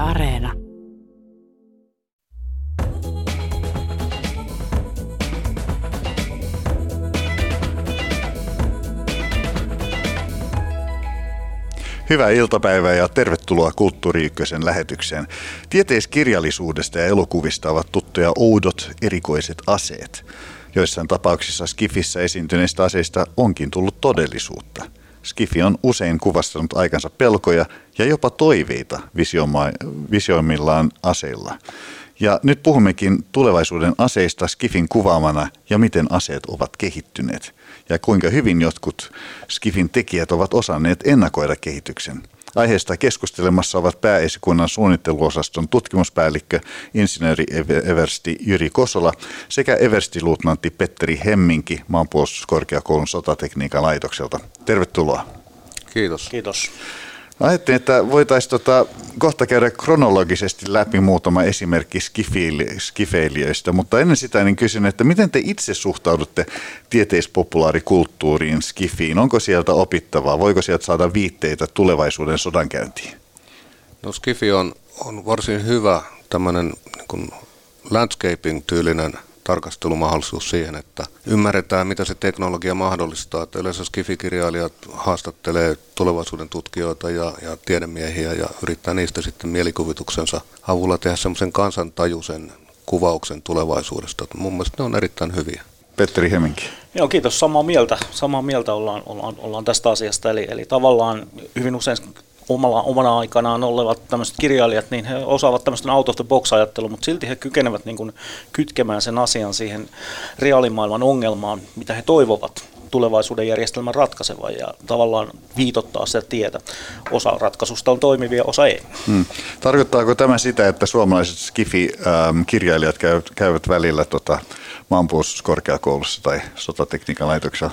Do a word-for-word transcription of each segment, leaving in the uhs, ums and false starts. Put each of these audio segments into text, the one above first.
Areena. Hyvää iltapäivää ja tervetuloa Kulttuuri Ykkösen lähetykseen. Tieteiskirjallisuudesta ja elokuvista ovat tuttuja oudot, erikoiset aseet. Joissain tapauksissa Skifissä esiintyneistä aseista onkin tullut todellisuutta. Skifi on usein kuvastanut aikansa pelkoja ja jopa toiveita visioimillaan aseilla. Ja nyt puhummekin tulevaisuuden aseista Skifin kuvaamana ja miten aseet ovat kehittyneet. Ja kuinka hyvin jotkut Skifin tekijät ovat osanneet ennakoida kehityksen. Aiheesta keskustelemassa ovat pääesikunnan suunnitteluosaston tutkimuspäällikkö, insinööri eversti Jyri Kosola sekä everstiluutnantti Petteri Hemminki Maanpuolustuskorkeakoulun sotatekniikan laitokselta. Tervetuloa. Kiitos. Kiitos. Ajattelin, että voitaisiin tota, kohta käydä kronologisesti läpi muutama esimerkki skifeilijöistä, mutta ennen sitä niin kysyn, että miten te itse suhtaudutte tieteispopulaarikulttuuriin, skifiin? Onko sieltä opittavaa? Voiko sieltä saada viitteitä tulevaisuuden sodankäyntiin? No skifi on, on varsin hyvä tämmöinen niin kuin landscaping-tyylinen tarkastelumahdollisuus siihen, että ymmärretään, mitä se teknologia mahdollistaa. Että yleensä skifikirjailijat haastattelee tulevaisuuden tutkijoita ja, ja tiedemiehiä ja yrittää niistä sitten mielikuvituksensa avulla tehdä semmoisen kansantajuisen kuvauksen tulevaisuudesta. Mun mielestä ne on erittäin hyviä. Petteri Hemminki. Joo, kiitos. Samaa mieltä, samaa mieltä ollaan, ollaan, ollaan tästä asiasta. Eli, eli tavallaan hyvin usein omalla, omana aikanaan olevat tämmöiset kirjailijat, niin he osaavat tämmöistä out of the box -ajattelua, mutta silti he kykenevät niin kuin kytkemään sen asian siihen reaalimaailman ongelmaan, mitä he toivovat tulevaisuuden järjestelmän ratkaisevan ja tavallaan viitottaa sitä tietä. Osa ratkaisusta on toimivia, osa ei. Hmm. Tarkoittaako tämä sitä, että suomalaiset skifi-kirjailijat käyvät välillä tota, Maanpuolustuskorkeakoulussa tai sotatekniikan laitoksella?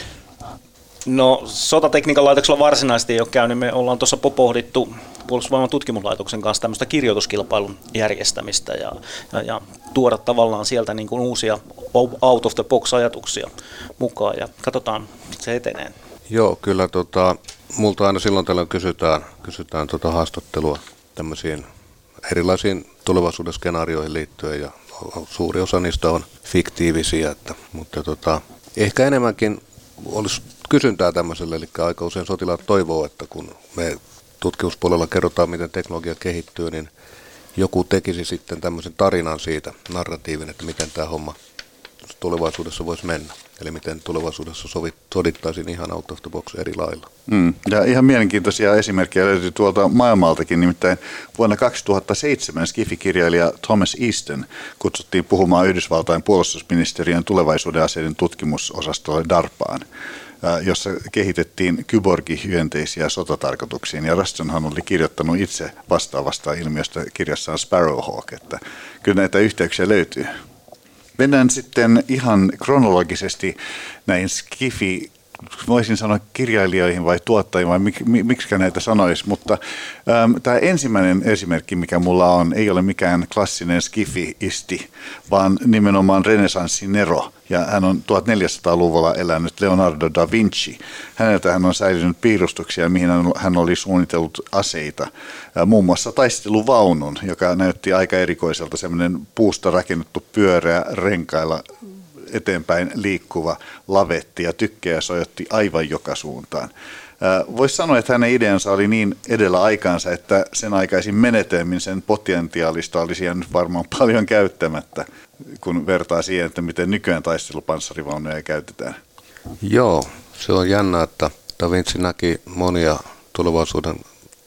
No, sotatekniikan laitoksella varsinaisesti ei ole käynyt. Me ollaan tuossa pohdittu Puolustusvoiman tutkimuslaitoksen kanssa tämmöistä kirjoituskilpailun järjestämistä ja, ja, ja tuoda tavallaan sieltä niin kuin uusia out of the box -ajatuksia mukaan ja katsotaan, se etenee. Joo, kyllä tota, multa aina silloin tällöin kysytään, kysytään tota haastattelua tämmöisiin erilaisiin tulevaisuuden skenaarioihin liittyen ja suuri osa niistä on fiktiivisiä, että, mutta tota, ehkä enemmänkin olisi kysyntää tämmöiselle, eli aika usein sotilaat toivoo, että kun me tutkimuspuolella kerrotaan, miten teknologia kehittyy, niin joku tekisi sitten tämmöisen tarinan siitä, narratiivin, että miten tämä homma tulevaisuudessa voisi mennä. Eli miten tulevaisuudessa sovit, sodittaisiin ihan out of the box eri lailla. Mm. Ja ihan mielenkiintoisia esimerkkejä löytyy tuolta maailmaltakin, nimittäin vuonna kaksituhattaseitsemän skifikirjailija Thomas Easton kutsuttiin puhumaan Yhdysvaltain puolustusministeriön tulevaisuuden aseiden tutkimusosastolle DARPAan, jossa kehitettiin kyborgihyönteisiä sotatarkoituksiin, ja Rustonhan oli kirjoittanut itse vastaavasta ilmiöstä kirjassaan Sparrowhawk, että kyllä näitä yhteyksiä löytyy. Mennään sitten ihan kronologisesti näihin skifi, voisin sanoa kirjailijoihin vai tuottajiin vai mik, miksi näitä sanoisi, mutta äm, tämä ensimmäinen esimerkki, mikä mulla on, ei ole mikään klassinen skifi-isti, vaan nimenomaan renesanssin Nero. Ja hän on tuhatneljäsataaluvulla elänyt Leonardo da Vinci. Häneltä hän on säilynyt piirustuksia, mihin hän oli suunnitellut aseita. Muun muassa taisteluvaunun, joka näytti aika erikoiselta, semmoinen puusta rakennettu pyöreä renkailla eteenpäin liikkuva lavetti ja tykkejä sojotti aivan joka suuntaan. Voisi sanoa, että hänen ideansa oli niin edellä aikaansa, että sen aikaisin menetelmin sen potentiaalista olisi jäänyt varmaan paljon käyttämättä, kun vertaa siihen, että miten nykyään taistelupanssarivaunuja käytetään. Joo, se on jännä, että Da Vinci näki monia tulevaisuuden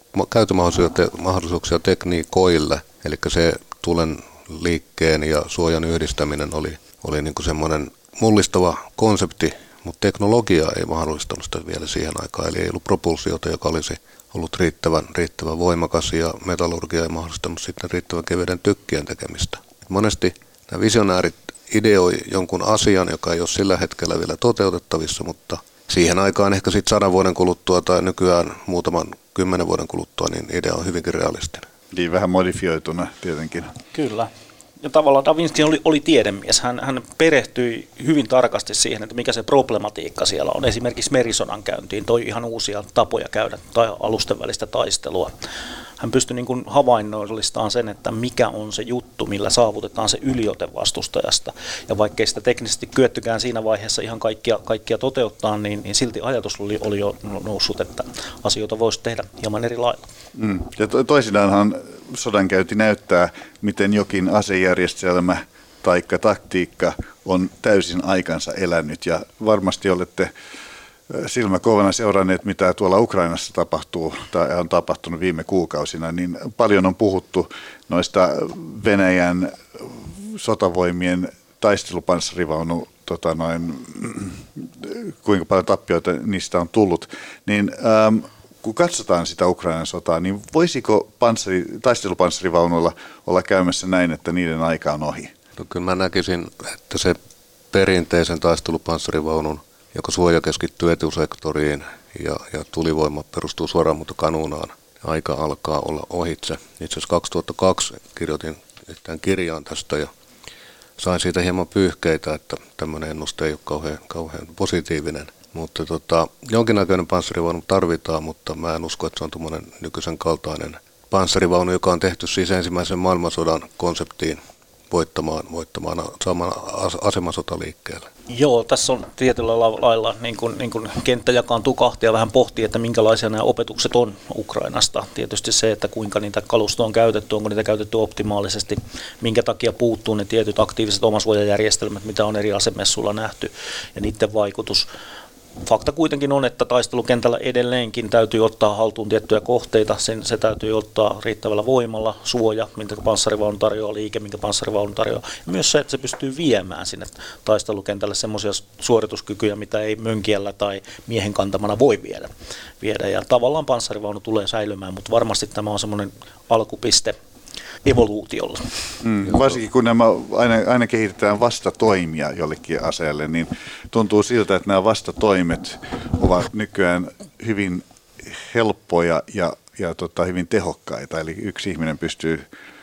käytömahdollisuuksia tekniikoille, eli se tulen liikkeen ja suojan yhdistäminen oli, oli niin kuin semmoinen mullistava konsepti, mutta teknologia ei mahdollistanut sitä vielä siihen aikaan, eli ei ollut propulsiota, joka olisi ollut riittävän, riittävän voimakas, ja metallurgia ei mahdollistanut sitten riittävän kevyiden tykkien tekemistä. Monesti nämä visionäärit ideoi jonkun asian, joka ei ole sillä hetkellä vielä toteutettavissa, mutta siihen aikaan ehkä sitten sadan vuoden kuluttua tai nykyään muutaman kymmenen vuoden kuluttua, niin idea on hyvinkin realistinen. Niin vähän modifioituna tietenkin. Kyllä. Ja tavallaan Da Vinci oli, oli tiedemies. Hän, hän perehtyi hyvin tarkasti siihen, että mikä se problematiikka siellä on. Esimerkiksi merisodan käyntiin toi ihan uusia tapoja käydä tai alusten välistä taistelua. hän pystyi niin kuin havainnollistamaan sen, että mikä on se juttu, millä saavutetaan se yliote vastustajasta. Ja vaikkei sitä teknisesti kyettykään siinä vaiheessa ihan kaikkia, kaikkia toteuttaa, niin, niin silti ajatus oli, oli jo noussut, että asioita voisi tehdä hieman eri lailla. Mm. Ja to- toisinaanhan sodankäynti näyttää, miten jokin asejärjestelmä tai taktiikka on täysin aikansa elänyt, ja varmasti olette silmäkovana seuranneet, mitä tuolla Ukrainassa tapahtuu tai on tapahtunut viime kuukausina, niin paljon on puhuttu noista Venäjän sotavoimien taistelupanssarivaunu, tota noin, kuinka paljon tappioita niistä on tullut, niin ähm, kun katsotaan sitä Ukrainan sotaa, niin voisiko panssari, taistelupanssarivaunuilla olla käymässä näin, että niiden aika on ohi? No, kyllä mä näkisin, että se perinteisen taistelupanssarivaunun, joka suoja keskittyy etusektoriin ja, ja tulivoima perustuu suoraan mutta kanuunaan, aika alkaa olla ohitse. Itse asiassa kaksituhattakaksi kirjoitin yhtään kirjaan tästä ja sain siitä hieman pyyhkeitä, että tämmöinen ennuste ei ole kauhean, kauhean positiivinen. Mutta tota, jonkinnäköinen panssarivaunu tarvitaan, mutta mä en usko, että se on tuommoinen nykyisen kaltainen panssarivaunu, joka on tehty siis ensimmäisen maailmansodan konseptiin voittamaan, voittamaan saamaan asemasota liikkeelle. Joo, tässä on tietyllä lailla niin kuin, niin kuin kenttä jakaantuu kahtia ja vähän pohtii, että minkälaisia nämä opetukset on Ukrainasta. Tietysti se, että kuinka niitä kalustoa on käytetty, onko niitä käytetty optimaalisesti, minkä takia puuttuu ne tietyt aktiiviset omasuojajärjestelmät, mitä on eri asemessuilla nähty ja niiden vaikutus. Fakta kuitenkin on, että taistelukentällä edelleenkin täytyy ottaa haltuun tiettyjä kohteita, sen, se täytyy ottaa riittävällä voimalla, suoja, minkä panssarivaunu tarjoaa, liike, minkä panssarivaunu tarjoaa. Ja myös se, että se pystyy viemään sinne taistelukentälle semmoisia suorituskykyjä, mitä ei mönkiällä tai miehen kantamana voi viedä. viedä. Ja tavallaan panssarivaunu tulee säilymään, mutta varmasti tämä on semmoinen alkupiste evoluutiolla. Mm, varsinkin kun nämä aina, aina kehitetään vastatoimia jollekin aseelle, niin tuntuu siltä, että nämä vastatoimet ovat nykyään hyvin helppoja ja, ja tota, hyvin tehokkaita. Eli yksi ihminen pystyy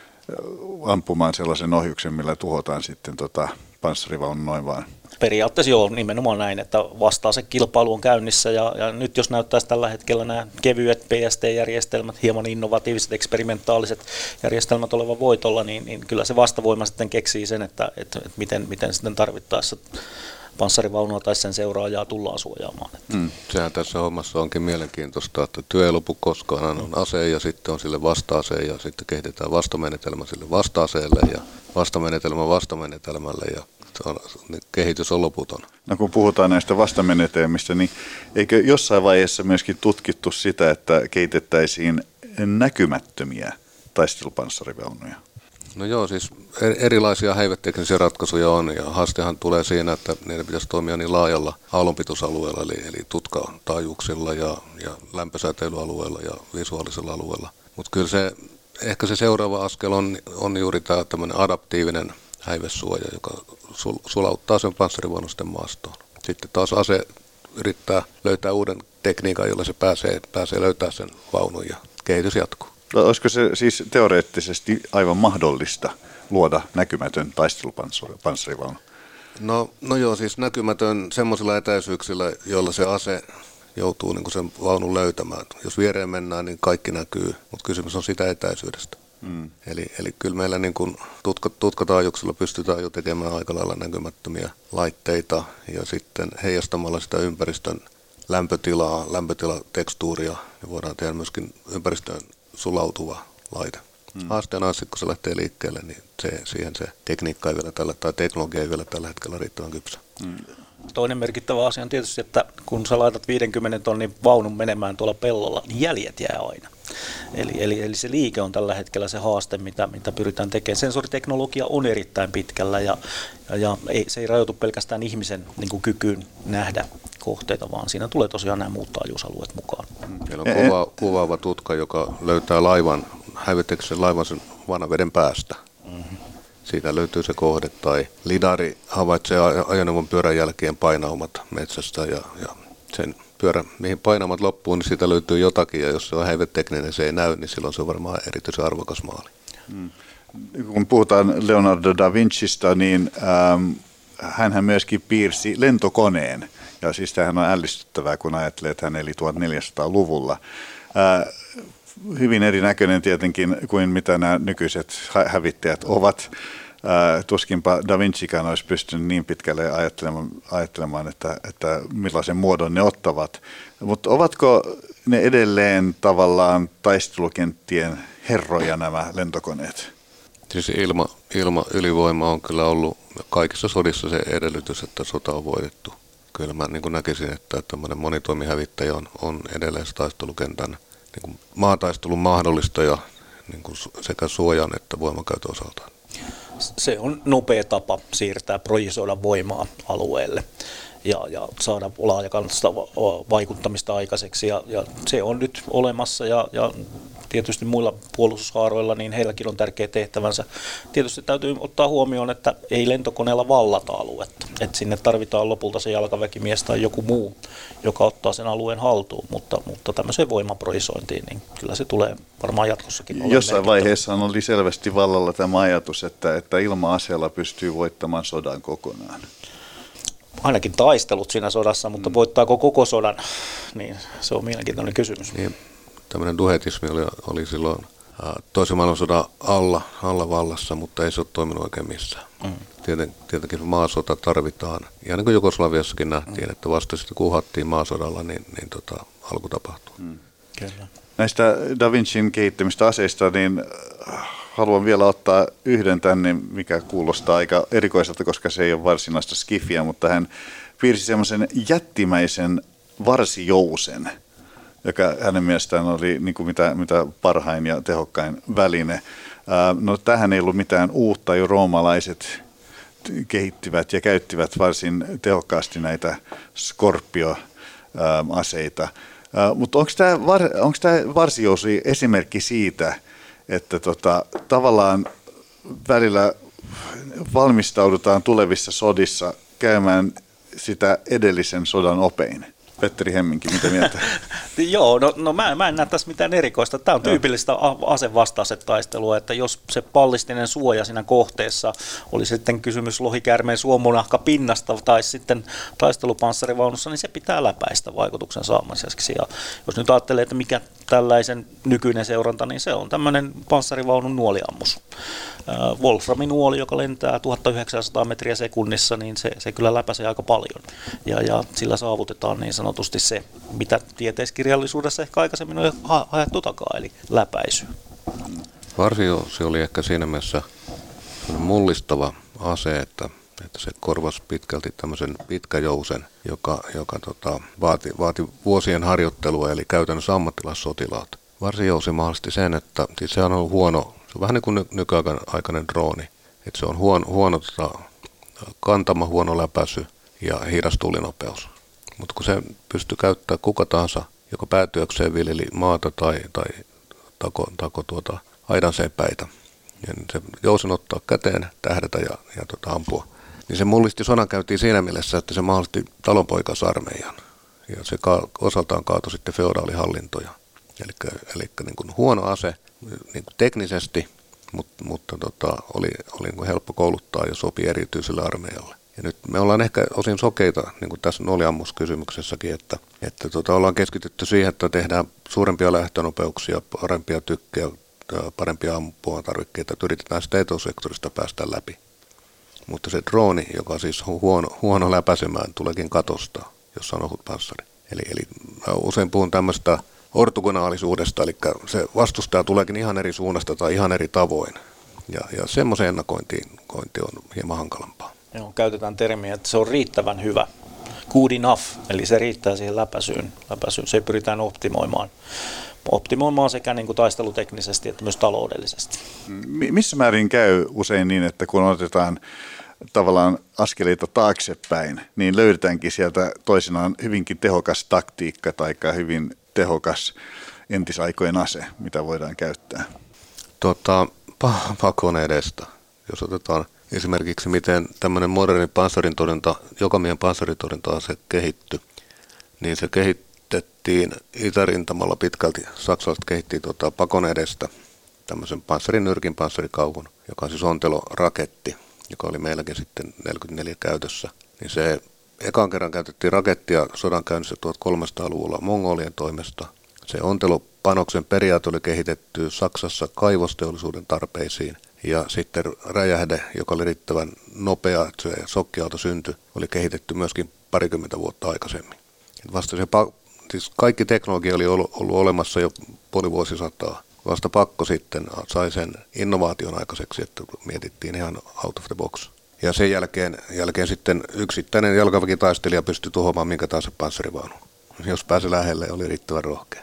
ampumaan sellaisen ohjuksen, millä tuhotaan sitten tota panssarivaunu noin vaan. Periaatteessa joo, nimenomaan näin, että vastaa se kilpailu on käynnissä ja, ja nyt jos näyttäisi tällä hetkellä nämä kevyet P S T-järjestelmät, hieman innovatiiviset, eksperimentaaliset järjestelmät olevan voitolla, niin, niin kyllä se vastavoima sitten keksii sen, että, että, että miten, miten sitten tarvittaessa panssarivaunua tai sen seuraajaa tullaan suojaamaan. Mm. Sehän tässä hommassa onkin mielenkiintoista, että työ ei lopu koskaan, on ase ja sitten on sille vasta-ase ja sitten kehitetään vastamenetelmä sille vasta-aseelle ja vastamenetelmä vastamenetelmälle ja on, kehitys on loputon. No kun puhutaan näistä vastamenetelmistä, niin eikö jossain vaiheessa myöskin tutkittu sitä, että kehitettäisiin näkymättömiä taistelupanssarivaunuja? No joo, siis erilaisia häiveteknisiä ratkaisuja on ja haastehan tulee siinä, että niiden pitäisi toimia niin laajalla aallonpituusalueella, eli, eli tutkataajuuksilla ja, ja lämpösäteilyalueella ja visuaalisella alueella. Mutta kyllä se, ehkä se seuraava askel on, on juuri tämä tämmöinen adaptiivinen häivesuoja, joka sul, sulauttaa sen panssarivaunun sitten maastoon. Sitten taas ase yrittää löytää uuden tekniikan, jolla se pääsee, pääsee löytämään sen vaunun ja kehitys jatkuu. Olisiko se siis teoreettisesti aivan mahdollista luoda näkymätön taistelupanssarivaunu? No, no joo, siis näkymätön semmoisilla etäisyyksillä, joilla se ase joutuu niin kuin sen vaunun löytämään. Jos viereen mennään, niin kaikki näkyy, mutta kysymys on sitä etäisyydestä. Mm. Eli, eli kyllä meillä niin kuin tutka, tutkataajuuksilla pystytään jo tekemään aika lailla näkymättömiä laitteita ja sitten heijastamalla sitä ympäristön lämpötilaa, lämpötilatekstuuria, niin voidaan tehdä myöskin ympäristöön sulautuva laite. Hmm. Haasteena on sitten, kun se lähtee liikkeelle, niin se, siihen se tekniikka ei vielä tällä, tai teknologia ei vielä tällä hetkellä riittävän kypsä. Hmm. Toinen merkittävä asia on tietysti, että kun sä laitat viidenkymmenen tonnin vaunun menemään tuolla pellolla, niin jäljet jää aina. Eli, eli, eli se liike on tällä hetkellä se haaste, mitä, mitä pyritään tekemään. Sensoriteknologia on erittäin pitkällä ja, ja, ja ei, se ei rajoitu pelkästään ihmisen niin kuin kykyyn nähdä kohteita, vaan siinä tulee tosiaan nämä muut taajuusalueet mukaan. Meillä on kuva, kuvaava tutka, joka löytää laivan, häiveteksen laivan sen vanaveden päästä. Mm-hmm. Siitä löytyy se kohde, tai lidari havaitsee ajoneuvon pyörän jälkeen painaumat metsästä ja, ja sen pyörä, mihin painaumat loppuu, niin siitä löytyy jotakin, ja jos se on häivetekninen, se ei näy, niin silloin se on varmaan erityisen arvokas maali. Hmm. Kun puhutaan Leonardo da Vincista, niin ähm, hänhän myöskin piirsi lentokoneen, ja siis tämähän on ällistyttävää, kun ajattelee, että hän eli tuhatneljäsataaluvulla. Äh, hyvin erinäköinen tietenkin kuin mitä nämä nykyiset hävittäjät ovat. Tuskinpa Da Vincikaan olisi pystynyt niin pitkälle ajattelemaan, ajattelemaan että, että millaisen muodon ne ottavat. Mutta ovatko ne edelleen tavallaan taistelukenttien herroja nämä lentokoneet? Siis ilma, ilma ylivoima on kyllä ollut kaikissa sodissa se edellytys, että sota on voitettu. Kyllä mä niin kuin näkisin, että tämmöinen monitoimihävittäjä on, on edelleen taistelukentän niin kuin maataistelun mahdollistaja niin kuin sekä suojan että voimankäytön osaltaan. Se on nopea tapa siirtää, projisoida voimaa alueelle ja, ja saada laajakanta vaikuttamista aikaiseksi. Ja, ja se on nyt olemassa ja, ja tietysti muilla puolustushaaroilla, niin heilläkin on tärkeä tehtävänsä. Tietysti täytyy ottaa huomioon, että ei lentokoneella vallata aluetta. Että sinne tarvitaan lopulta se jalkaväkimies tai joku muu, joka ottaa sen alueen haltuun, mutta, mutta tämmöiseen voimaprojisointiin, niin kyllä se tulee varmaan jatkossakin olemaan. Jossain vaiheessa oli selvästi vallalla tämä ajatus, että, että ilma-aseella pystyy voittamaan sodan kokonaan. Ainakin taistelut siinä sodassa, mutta voittaako koko sodan, niin se on mielenkiintoinen kysymys. Niin, tämmöinen duhetismi oli, oli silloin ä, toisen maailmansodan alla, alla vallassa, mutta ei se ole toiminut oikein missään. Mm. Tieten, tietenkin maasota tarvitaan. Ja niin kuin Jugoslaviassakin nähtiin, mm. että vasta sitten kun uhattiin maasodalla, niin, niin tota, alku tapahtui. Mm. Kyllä. Näistä Da Vincin kehittämistä aseista, niin haluan vielä ottaa yhden tänne, mikä kuulostaa aika erikoiselta, koska se ei ole varsinaista skifiä, mutta hän piirsi semmoisen jättimäisen varsijousen, joka hänen mielestään oli niin kuin mitä, mitä parhain ja tehokkain väline. No tähän ei ollut mitään uutta, jo roomalaiset kehittivät ja käyttivät varsin tehokkaasti näitä Scorpio-aseita. Mutta onko tämä var, varsijousi esimerkki siitä, että tota, tavallaan välillä valmistaudutaan tulevissa sodissa käymään sitä edellisen sodan opein? Petteri Hemminki, mitä mieltä? Joo, no, no mä, mä en näe tässä mitään erikoista. Tämä on tyypillistä asevastaistaistelua, että jos se pallistinen suoja siinä kohteessa, oli sitten kysymys lohikäärmeen suomunahka pinnasta tai sitten taistelupanssarivaunussa, niin se pitää läpäistä vaikutuksen saamiseksi. Ja jos nyt ajattelee, että mikä tällaisen nykyinen seuranta, niin se on tämmöinen panssarivaunun nuoliammus. Wolframin nuoli, joka lentää tuhatyhdeksänsataa metriä sekunnissa, niin se, se kyllä läpäisee aika paljon. Ja, ja sillä saavutetaan niin sanotusti se, mitä tieteiskirjallisuudessa ehkä aikaisemmin on ha- haettu takaa, eli läpäisy. Varsijousi oli ehkä siinä mielessä mullistava ase, että, että se korvasi pitkälti tämmöisen pitkäjousen, joka, joka tota, vaati, vaati vuosien harjoittelua, eli käytännössä ammattilaissotilaat. Varsijousi mahdollisti sen, että siis sehän on hyvin se on vähän niin kuin nykyaikainen drooni, että se on huono, huono tota, kantama, huono läpäisy ja hidas tulinopeus. Mutta kun se pystyy käyttämään kuka tahansa, joka päätyökseen viljeli maata tai, tai tako, tako tuota, aidansepäitä, ja se jousen ottaa käteen, tähdätä ja, ja tota, ampua, niin se mullisti sodankäyntiin siinä mielessä, että se mahdollisti talonpoikasarmeijan. Ja se ka- osaltaan kaatui sitten feodaalihallintoja. Eli, eli niin kuin huono ase niin kuin teknisesti, mutta, mutta tota, oli, oli niin kuin helppo kouluttaa ja sopi erityiselle armeijalle. Ja nyt me ollaan ehkä osin sokeita, niin kuin tässä nuoliammuskysymyksessäkin, että, että tota, ollaan keskitytty siihen, että tehdään suurempia lähtönopeuksia, parempia tykkejä, parempia ampumatarvikkeita, että yritetään sitä etusektorista päästä läpi. Mutta se drooni, joka on siis huono, huono läpäisemään, tuleekin katosta, jossa on ohut panssari. Eli, eli usein puhun tämmöistä ortogonaalisuudesta, eli se vastustaja tuleekin ihan eri suunnasta tai ihan eri tavoin. Ja, ja semmoisen ennakointiin kointi on hieman hankalampaa. Joo, käytetään termiä, että se on riittävän hyvä. Good enough, eli se riittää siihen läpäisyyn. läpäisyyn. Se pyritään optimoimaan. Optimoimaan sekä niin kuin taisteluteknisesti että myös taloudellisesti. Missä määrin käy usein niin, että kun otetaan tavallaan askeleita taaksepäin, niin löydetäänkin sieltä toisinaan hyvinkin tehokas taktiikka tai hyvin tehokas entisaikojen ase, mitä voidaan käyttää? Tota, pakon edestä. Jos otetaan esimerkiksi, miten tämmöinen moderni panssarintorjunta, jokamiehen panssarintorjunta-ase kehittyi, niin se kehitettiin itärintamalla pitkälti. Saksalaiset kehitti tota, pakon edestä tämmöisen panssarinyrkin panssarikauvun, joka on siis onteloraketti, joka oli meilläkin sitten neljäkymmentäneljä käytössä. Niin se ekan kerran käytettiin rakettia sodan käynnissä tuhatkolmesataaluvulla mongolien toimesta. Se ontelo panoksen periaate oli kehitetty Saksassa kaivosteollisuuden tarpeisiin. Ja sitten räjähde, joka oli riittävän nopea, että se sokkiaalto syntyi, oli kehitetty myöskin parikymmentä vuotta aikaisemmin. Vasta se, siis kaikki teknologia oli ollut, ollut olemassa jo puoli vuosisataa. Vasta pakko sitten sai sen innovaation aikaiseksi, että mietittiin ihan out of the box. Ja sen jälkeen, jälkeen sitten yksittäinen jalkaväkitaistelija pystyi tuhoamaan minkä tahansa panssarivaunun. Jos pääsi lähelle, oli riittävän rohkea.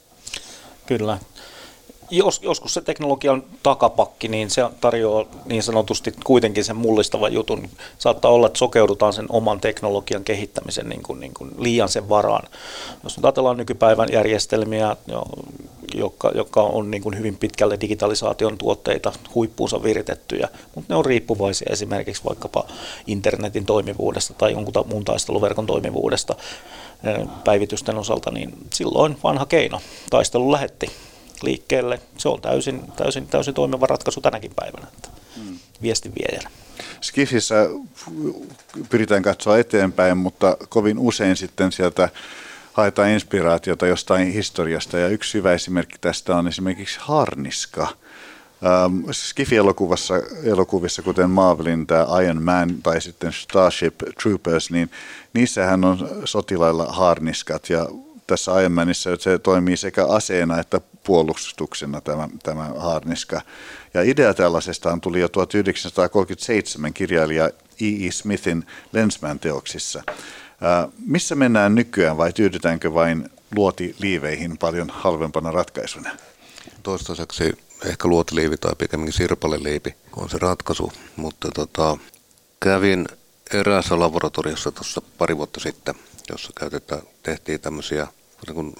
Kyllä. Jos, joskus se teknologian takapakki, niin se tarjoaa niin sanotusti kuitenkin sen mullistavan jutun. Saattaa olla, että sokeudutaan sen oman teknologian kehittämisen niin kuin, niin kuin liian sen varaan. Jos nyt ajatellaan nykypäivän järjestelmiä, jotka, jotka on niin kuin hyvin pitkälle digitalisaation tuotteita, huippuunsa viritettyjä, mutta ne on riippuvaisia esimerkiksi vaikkapa internetin toimivuudesta tai jonkun muun taisteluverkon toimivuudesta päivitysten osalta, niin silloin vanha keino, taistelu lähetti liikkeelle. Se on täysin, täysin, täysin toimiva ratkaisu tänäkin päivänä, että hmm. viestin viejänä. Skifissä pyritään katsoa eteenpäin, mutta kovin usein sitten sieltä haetaan inspiraatiota jostain historiasta, ja yksi hyvä esimerkki tästä on esimerkiksi harniska. Ähm, Skifi-elokuvissa, elokuvissa, kuten Marvelin tämä Iron Man tai sitten Starship Troopers, niin niissähän on sotilailla harniskat, ja tässä Iron Manissa se toimii sekä aseena että puolustuksena tämä, tämä harniska. Ja idea tällaisestaan tuli jo tuhatyhdeksänsataakolmekymmentäseitsemän kirjailija E E. Smithin Lensman-teoksissa. Ää, missä mennään nykyään, vai tyydytäänkö vain luotiliiveihin paljon halvempana ratkaisuna? Toistaiseksi ehkä luotiliivi tai pikemminkin sirpaleliivi on se ratkaisu, mutta tota, kävin eräässä laboratoriossa tuossa pari vuotta sitten, jossa käytetään, tehtiin tämmöisiä niin kuin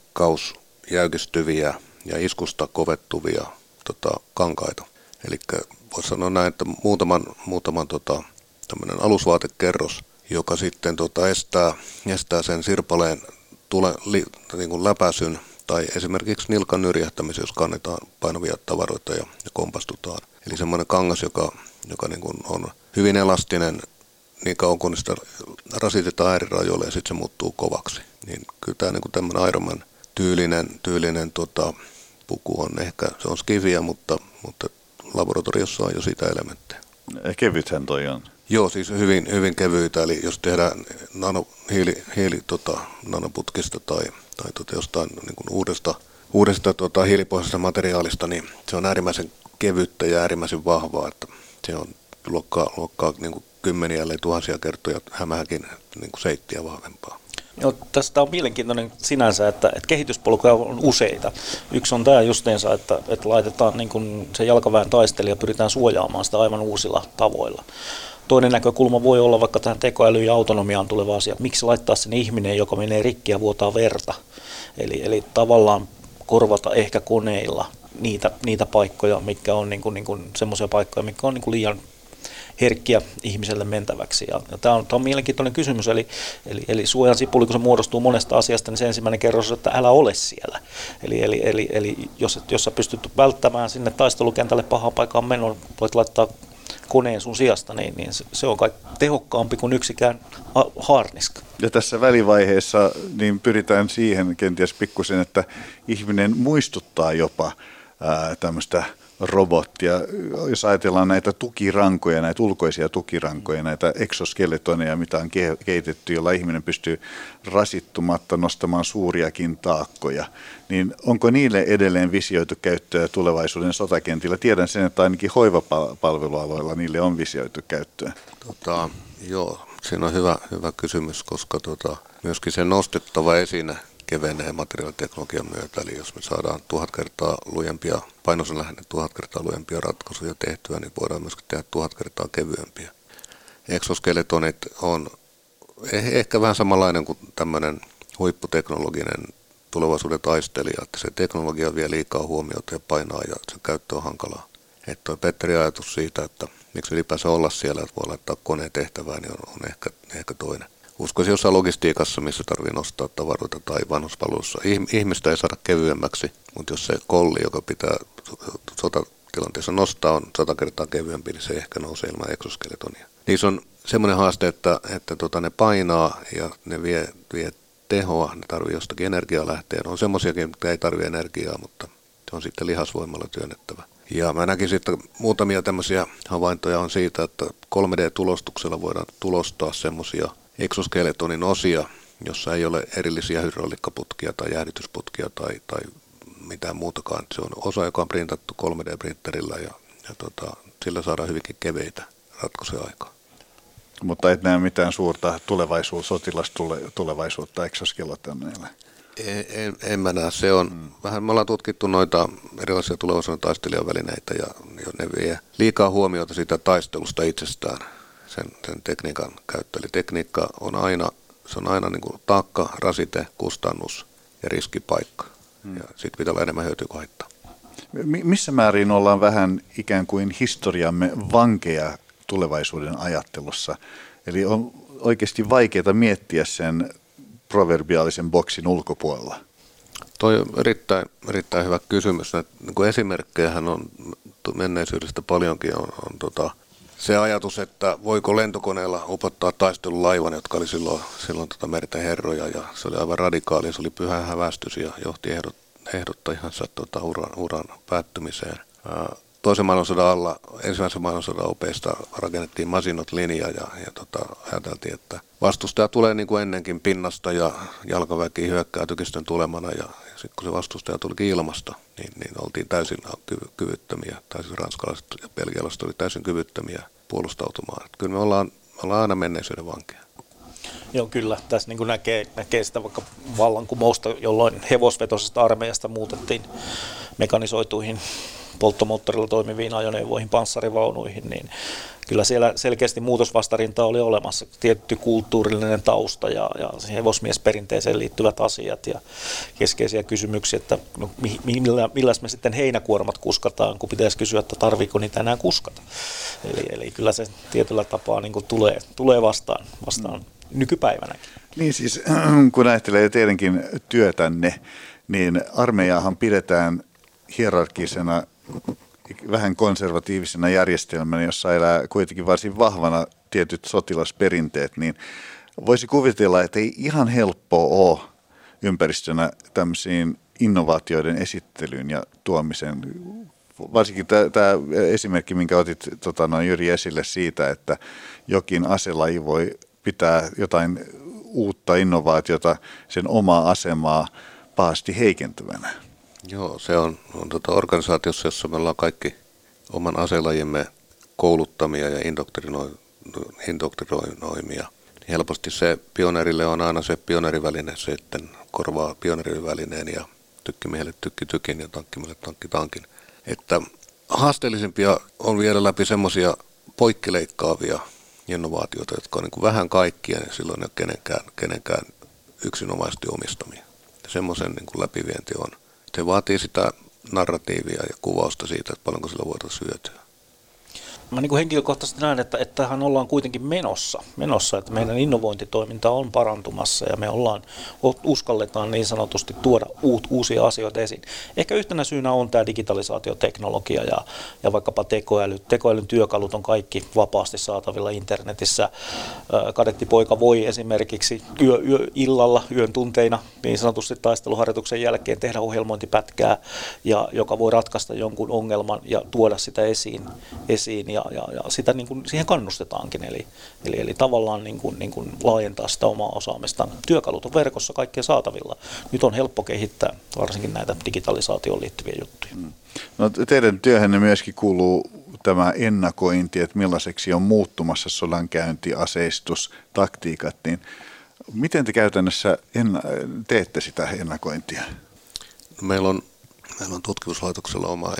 leikkausjäykistyviä ja iskusta kovettuvia tota, kankaita. Eli voisi sanoa näin, että muutaman, muutaman tota, tämmöinen alusvaatekerros, joka sitten tota, estää, estää sen sirpaleen tule, li, niin kuin läpäisyn tai esimerkiksi nilkan nyrjähtämisen, jos kannetaan painavia tavaroita ja, ja kompastutaan. Eli semmoinen kangas, joka, joka niin kuin on hyvin elastinen niin kauan kun sitä rasitetaan äärirajoille ja sitten se muuttuu kovaksi. Niin kyllä tämä niin tämmöinen Ironman tyylinen, tyylinen tota, puku on ehkä, se on skifiä, mutta, mutta laboratoriossa on jo sitä elementtejä. Kevythän toi on. Joo, siis hyvin, hyvin kevyitä, eli jos tehdään nano, hiili, hiili, tota, nanoputkista tai, tai tota, jostain niin kuin uudesta, uudesta tota, hiilipohjaisesta materiaalista, niin se on äärimmäisen kevyttä ja äärimmäisen vahvaa, että se on luokkaa, luokkaa niin kuin kymmeniä, ellei tuhansia kertoja hämähäkin niin kuin seittiä vahvempaa. Joo, tästä on mielenkiintoinen sinänsä, että, että kehityspolkuja on useita. Yksi on tämä justeensa, että, että laitetaan niin kuin se jalkaväen taistelija ja pyritään suojaamaan sitä aivan uusilla tavoilla. Toinen näkökulma voi olla vaikka tähän tekoälyyn ja autonomiaan tuleva asia. Miksi laittaa sen ihminen, joka menee rikki ja vuotaa verta? Eli, eli tavallaan korvata ehkä koneilla niitä, niitä paikkoja, mitkä on niin kuin, niin kuin semmoisia paikkoja, mitkä on niin kuin liian herkkiä ihmiselle mentäväksi. Ja, ja tämä, on, tämä on mielenkiintoinen kysymys, eli, eli, eli suojan sipuli, kun se muodostuu monesta asiasta, niin se ensimmäinen kerros on, että älä ole siellä. Eli, eli, eli, eli jos, jos sä pystyt välttämään sinne taistelukentälle pahaan paikkaan menon, voit laittaa koneen sun sijasta, niin, niin se, se on kai tehokkaampi kuin yksikään harniska. Ja tässä välivaiheessa niin pyritään siihen kenties pikkusen, että ihminen muistuttaa jopa ää, tämmöistä robottia. Jos ajatellaan näitä tukirankoja, näitä ulkoisia tukirankoja, näitä exoskeletoneja, mitä on kehitetty, jolla ihminen pystyy rasittumatta nostamaan suuriakin taakkoja, niin onko niille edelleen visioitu käyttöä tulevaisuuden sotakentillä? Tiedän sen, että ainakin hoivapalvelualoilla niille on visioitu käyttöä. Tota, joo, siinä on hyvä, hyvä kysymys, koska tota, myöskin se nostettava esine kevenee materiaaliteknologian myötä, eli jos me saadaan tuhat kertaa lujempia, painoisen lähinnä tuhat kertaa lujempia ratkaisuja tehtyä, niin voidaan myöskin tehdä tuhat kertaa kevyempiä. Exoskeletonit on ehkä vähän samanlainen kuin tämmöinen huipputeknologinen tulevaisuuden taistelija, että se teknologia vie liikaa huomiota ja painaa ja se käyttö on hankalaa. Että tuo Petterin ajatus siitä, että miksi ylipäänsä olla siellä, että voi laittaa koneen tehtävään, niin on, on ehkä, ehkä toinen. Uskoisin jossain logistiikassa, missä tarvii nostaa tavaroita tai vanhuspalvelussa. Ihmistä ei saada kevyemmäksi, mutta jos se kolli, joka pitää sotatilanteessa nostaa, on sata kertaa kevyempi, niin se ehkä nousee ilman exoskeletonia. Niissä on semmoinen haaste, että, että tota, ne painaa ja ne vie, vie tehoa, ne tarvii jostakin energialähteen. On semmoisiakin, jotka ei tarvitse energiaa, mutta se on sitten lihasvoimalla työnnettävä. Ja mä näkisin, että muutamia tämmöisiä havaintoja on siitä, että kolme D-tulostuksella voidaan tulostaa semmoisia eksoskeletonin osia, jossa ei ole erillisiä hydrauliikkaputkia tai jäähdytysputkia tai, tai mitään muutakaan. Se on osa, joka on printattu kolme D-printerillä ja, ja tota, sillä saadaan hyvinkin keveitä ratkaisuja aikaan. Mutta et näe mitään suurta tulevaisuus, sotilastulevaisuutta exoskeletonilla. En, en, en mä näe. Se on, hmm. vähän me ollaan tutkittu noita erilaisia tulevaisuuden taistelijavälineitä ja ne vie liikaa huomiota siitä taistelusta itsestään, sen, sen tekniikan käyttö. Eli tekniikka on aina, se on aina niin kuin taakka, rasite, kustannus ja riskipaikka. Hmm. Ja sitten pitää olla enemmän hyötyä kuin haittaa. Missä määrin ollaan vähän ikään kuin historiamme vankeja tulevaisuuden ajattelussa? Eli on oikeasti vaikeaa miettiä sen proverbiaalisen boksin ulkopuolella. Toi on erittäin, erittäin hyvä kysymys. Niin esimerkkejähän on menneisyydestä paljonkin. On, on tota, se ajatus, että voiko lentokoneella upottaa taistelulaivan, jotka oli silloin, silloin tota merten herroja. Ja se oli aivan radikaali. Se oli pyhä hävästys ja johti ehdot, ehdottajansa tota, uran, uran päättymiseen. Toisen maailmansodan alla, ensimmäisen maailmansodan opeista rakennettiin Maginot-linja ja, ja tota, ajateltiin, että vastustaja tulee niin kuin ennenkin pinnasta ja jalkaväki hyökkää tykistön tulemana ja, ja sitten kun se vastustaja tulikin ilmasta, niin, niin oltiin täysin kyvy, kyvyttömiä, tai siis ranskalaiset ja belgialaiset oli täysin kyvyttömiä puolustautumaan. Että kyllä me ollaan, me ollaan aina menneisyyden vankeja. Joo, kyllä. Tässä niin kuin näkee, näkee sitä vaikka vallankumousta, jolloin hevosvetoisesta armeijasta muutettiin mekanisoituihin polttomoottorilla toimiviin ajoneuvoihin, panssarivaunuihin, niin kyllä siellä selkeästi muutosvastarinta oli olemassa. Tietty kulttuurillinen tausta ja, ja hevosmiesperinteeseen liittyvät asiat ja keskeisiä kysymyksiä, että no, millä, millä me sitten heinäkuormat kuskataan, kun pitäisi kysyä, että tarviiko niitä enää kuskata. Eli, eli kyllä se tietyllä tapaa niin kuin tulee, tulee vastaan, vastaan mm. nykypäivänäkin. Niin siis, kun ajattelee teidänkin työtänne, niin armeijaahan pidetään hierarkisena vähän konservatiivisena järjestelmänä, jossa elää kuitenkin varsin vahvana tietyt sotilasperinteet, niin voisi kuvitella, että ei ihan helppoa ole ympäristönä tämmöisiin innovaatioiden esittelyyn ja tuomiseen. Varsinkin tämä esimerkki, minkä otit tota, noin Jyri esille siitä, että jokin aselaji voi pitää jotain uutta innovaatiota, sen omaa asemaa pahasti heikentyvänä. Joo, se on, on tota organisaatiossa, jossa me ollaan kaikki oman aselajimme kouluttamia ja indoktrinoimia. Helposti se pioneerille on aina se pioneeriväline, se sitten korvaa pioneerivälineen ja tykkimiehelle tykki tykin ja tankkimiehelle tankki tankin. Että haasteellisimpia on viedä läpi semmoisia poikkileikkaavia innovaatioita, jotka on niin kuin vähän kaikkia, niin silloin ei ole kenenkään, kenenkään yksinomaisesti omistamia. Semmoisen niin kuin läpivienti on. Se vaatii sitä narratiivia ja kuvausta siitä, että paljonko sillä voitaisiin hyötyä. Mä niin kuin henkilökohtaisesti näen, että, että tähän ollaan kuitenkin menossa, menossa, että meidän innovointitoiminta on parantumassa ja me ollaan, uskalletaan niin sanotusti tuoda uut, uusia asioita esiin. Ehkä yhtenä syynä on tämä digitalisaatioteknologia ja, ja vaikkapa tekoäly. Tekoälyn työkalut on kaikki vapaasti saatavilla internetissä. Kadettipoika voi esimerkiksi yö, yö, illalla, yön tunteina, niin sanotusti taisteluharjoituksen jälkeen tehdä ohjelmointipätkää, ja, joka voi ratkaista jonkun ongelman ja tuoda sitä esiin, esiin ja, ja, ja sitä niin kuin siihen kannustetaankin, eli, eli, eli tavallaan niin kuin, niin kuin laajentaa sitä omaa osaamistaan. Työkalut on verkossa kaikkien saatavilla. Nyt on helppo kehittää varsinkin näitä digitalisaatioon liittyviä juttuja. No, teidän työhönne myöskin kuuluu tämä ennakointi, että millaiseksi on muuttumassa sodankäynti, aseistus, taktiikat, niin miten te käytännössä enna- teette sitä ennakointia? No, meillä on, meillä on tutkimuslaitoksella oma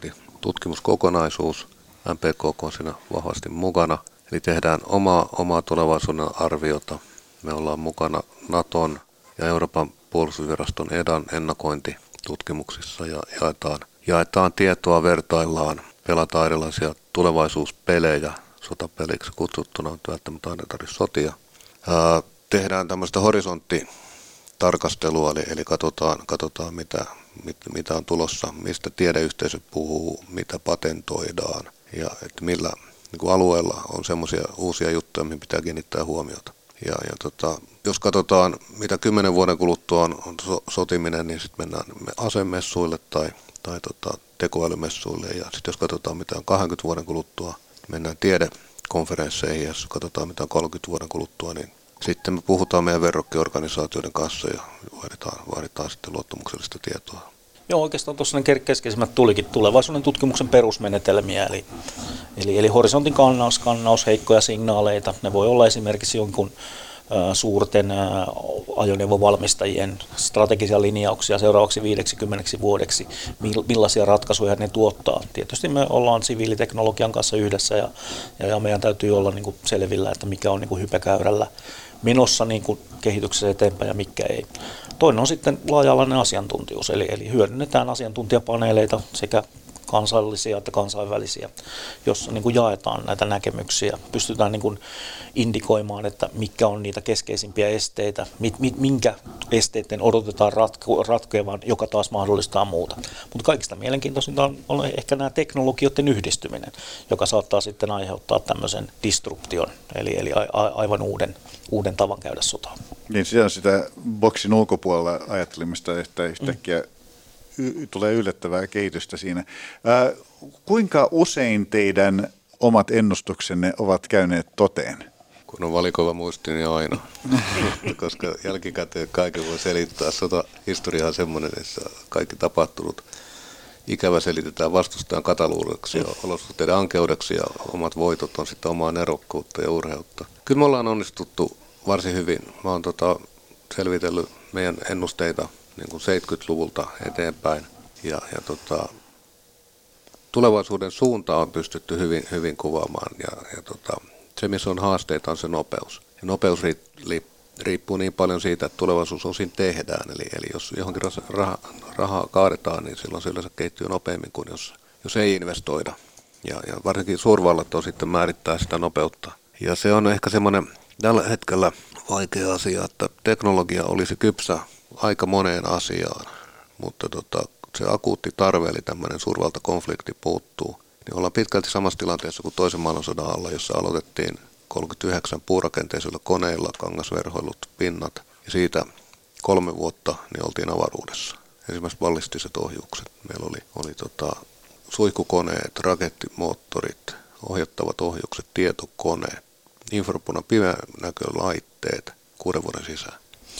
ennakointitutkimuskokonaisuus. M P K on siinä vahvasti mukana, eli tehdään omaa, omaa tulevaisuuden arviota. Me ollaan mukana Naton ja Euroopan puolustusviraston E D A:n ennakointitutkimuksissa ja jaetaan, jaetaan tietoa, vertaillaan, pelataan erilaisia tulevaisuuspelejä, sotapeliksi kutsuttuna, on välttämättä aina tarvitse sotia. Ää, tehdään tämmöistä horisonttitarkastelua, eli, eli katsotaan, katsotaan mitä, mit, mitä on tulossa, mistä tiedeyhteisö puhuu, mitä patentoidaan. Ja että millä niin kuin alueella on semmoisia uusia juttuja, mihin pitää kiinnittää huomiota. Ja, ja tota, jos katsotaan, mitä kymmenen vuoden kuluttua on, on so, sotiminen, niin sitten mennään asemessuille tai, tai tota, tekoälymessuille. Ja sitten jos katsotaan, mitä on kaksikymmentä vuoden kuluttua, niin mennään tiedekonferensseihin. Ja jos katsotaan, mitä on kolmekymmentä vuoden kuluttua, niin sitten me puhutaan meidän verrokkiorganisaatioiden kanssa ja vaaditaan, vaaditaan sitten luottamuksellista tietoa. Joo, oikeastaan tuossa ne keskeisimmät tulikin tulevaisuuden tutkimuksen perusmenetelmiä, eli, eli, eli horisontin kannaus, skannaus, heikkoja signaaleita. Ne voi olla esimerkiksi jonkun ä, suurten ä, ajoneuvovalmistajien strategisia linjauksia seuraavaksi viideksikymmeneksi vuodeksi, millaisia ratkaisuja ne tuottaa. Tietysti me ollaan siviiliteknologian kanssa yhdessä ja, ja, ja meidän täytyy olla niin kuin selvillä, että mikä on niin kuin hypekäyrällä menossa niin kuin kehityksessä eteenpäin ja mikä ei. Toinen on sitten laaja-alainen asiantuntijuus, eli, eli hyödynnetään asiantuntijapaneeleita sekä kansallisia että kansainvälisiä, jossa niin kuin jaetaan näitä näkemyksiä, pystytään niin kuin indikoimaan, että mitkä on niitä keskeisimpiä esteitä, mit, mit, minkä esteiden odotetaan ratko, ratkeavan, joka taas mahdollistaa muuta. Mutta kaikista mielenkiintoisinta on, on ehkä nämä teknologioiden yhdistyminen, joka saattaa sitten aiheuttaa tämmöisen disruption, eli, eli a, a, aivan uuden, uuden tavan käydä sotaa. Niin se on sitä boksin ulkopuolella ajattelemista, että yhtäkkiä y- tulee yllättävää kehitystä siinä. Ää, kuinka usein teidän omat ennustuksenne ovat käyneet toteen? Kun on valikoiva muisti, niin aina. Koska jälkikäteen kaiken voi selittää. Sotahistoria on semmoinen, että kaikki tapahtunut ikävä selitetään vastustajan kataluudeksi ja olosuhteiden ankeudeksi ja omat voitot on sitten omaa nerokkuutta ja urheutta. Kyllä me ollaan onnistuttu varsin hyvin. Mä oon tota selvitellyt meidän ennusteita niin kuin seitsemänkymmentäluvulta eteenpäin ja, ja tota, tulevaisuuden suuntaa on pystytty hyvin, hyvin kuvaamaan ja, ja tota, se, missä on haasteita, on se nopeus. Ja nopeus riippuu niin paljon siitä, että tulevaisuus osin tehdään. Eli, eli jos johonkin raha, rahaa kaadetaan, niin silloin se yleensä kehittyy nopeammin kuin jos, jos ei investoida. Ja, ja varsinkin suurvallat on sitten määrittää sitä nopeutta. Ja se on ehkä semmoinen tällä hetkellä vaikea asia, että teknologia olisi kypsä aika moneen asiaan, mutta tota, se akuutti tarve, eli tämmöinen suurvaltakonflikti puuttuu. Niin ollaan pitkälti samassa tilanteessa kuin toisen maailmansodan alla, jossa aloitettiin kolmekymmentäyhdeksän puurakenteisilla koneilla kangasverhoilut pinnat. Ja siitä kolme vuotta niin oltiin avaruudessa. Esimerkiksi ballistiset ohjukset. Meillä oli, oli tota, suihkukoneet, rakettimoottorit, ohjattavat ohjukset, tietokoneet, infrapunan pimeänäkölaitteet kuuden vuoden sisään.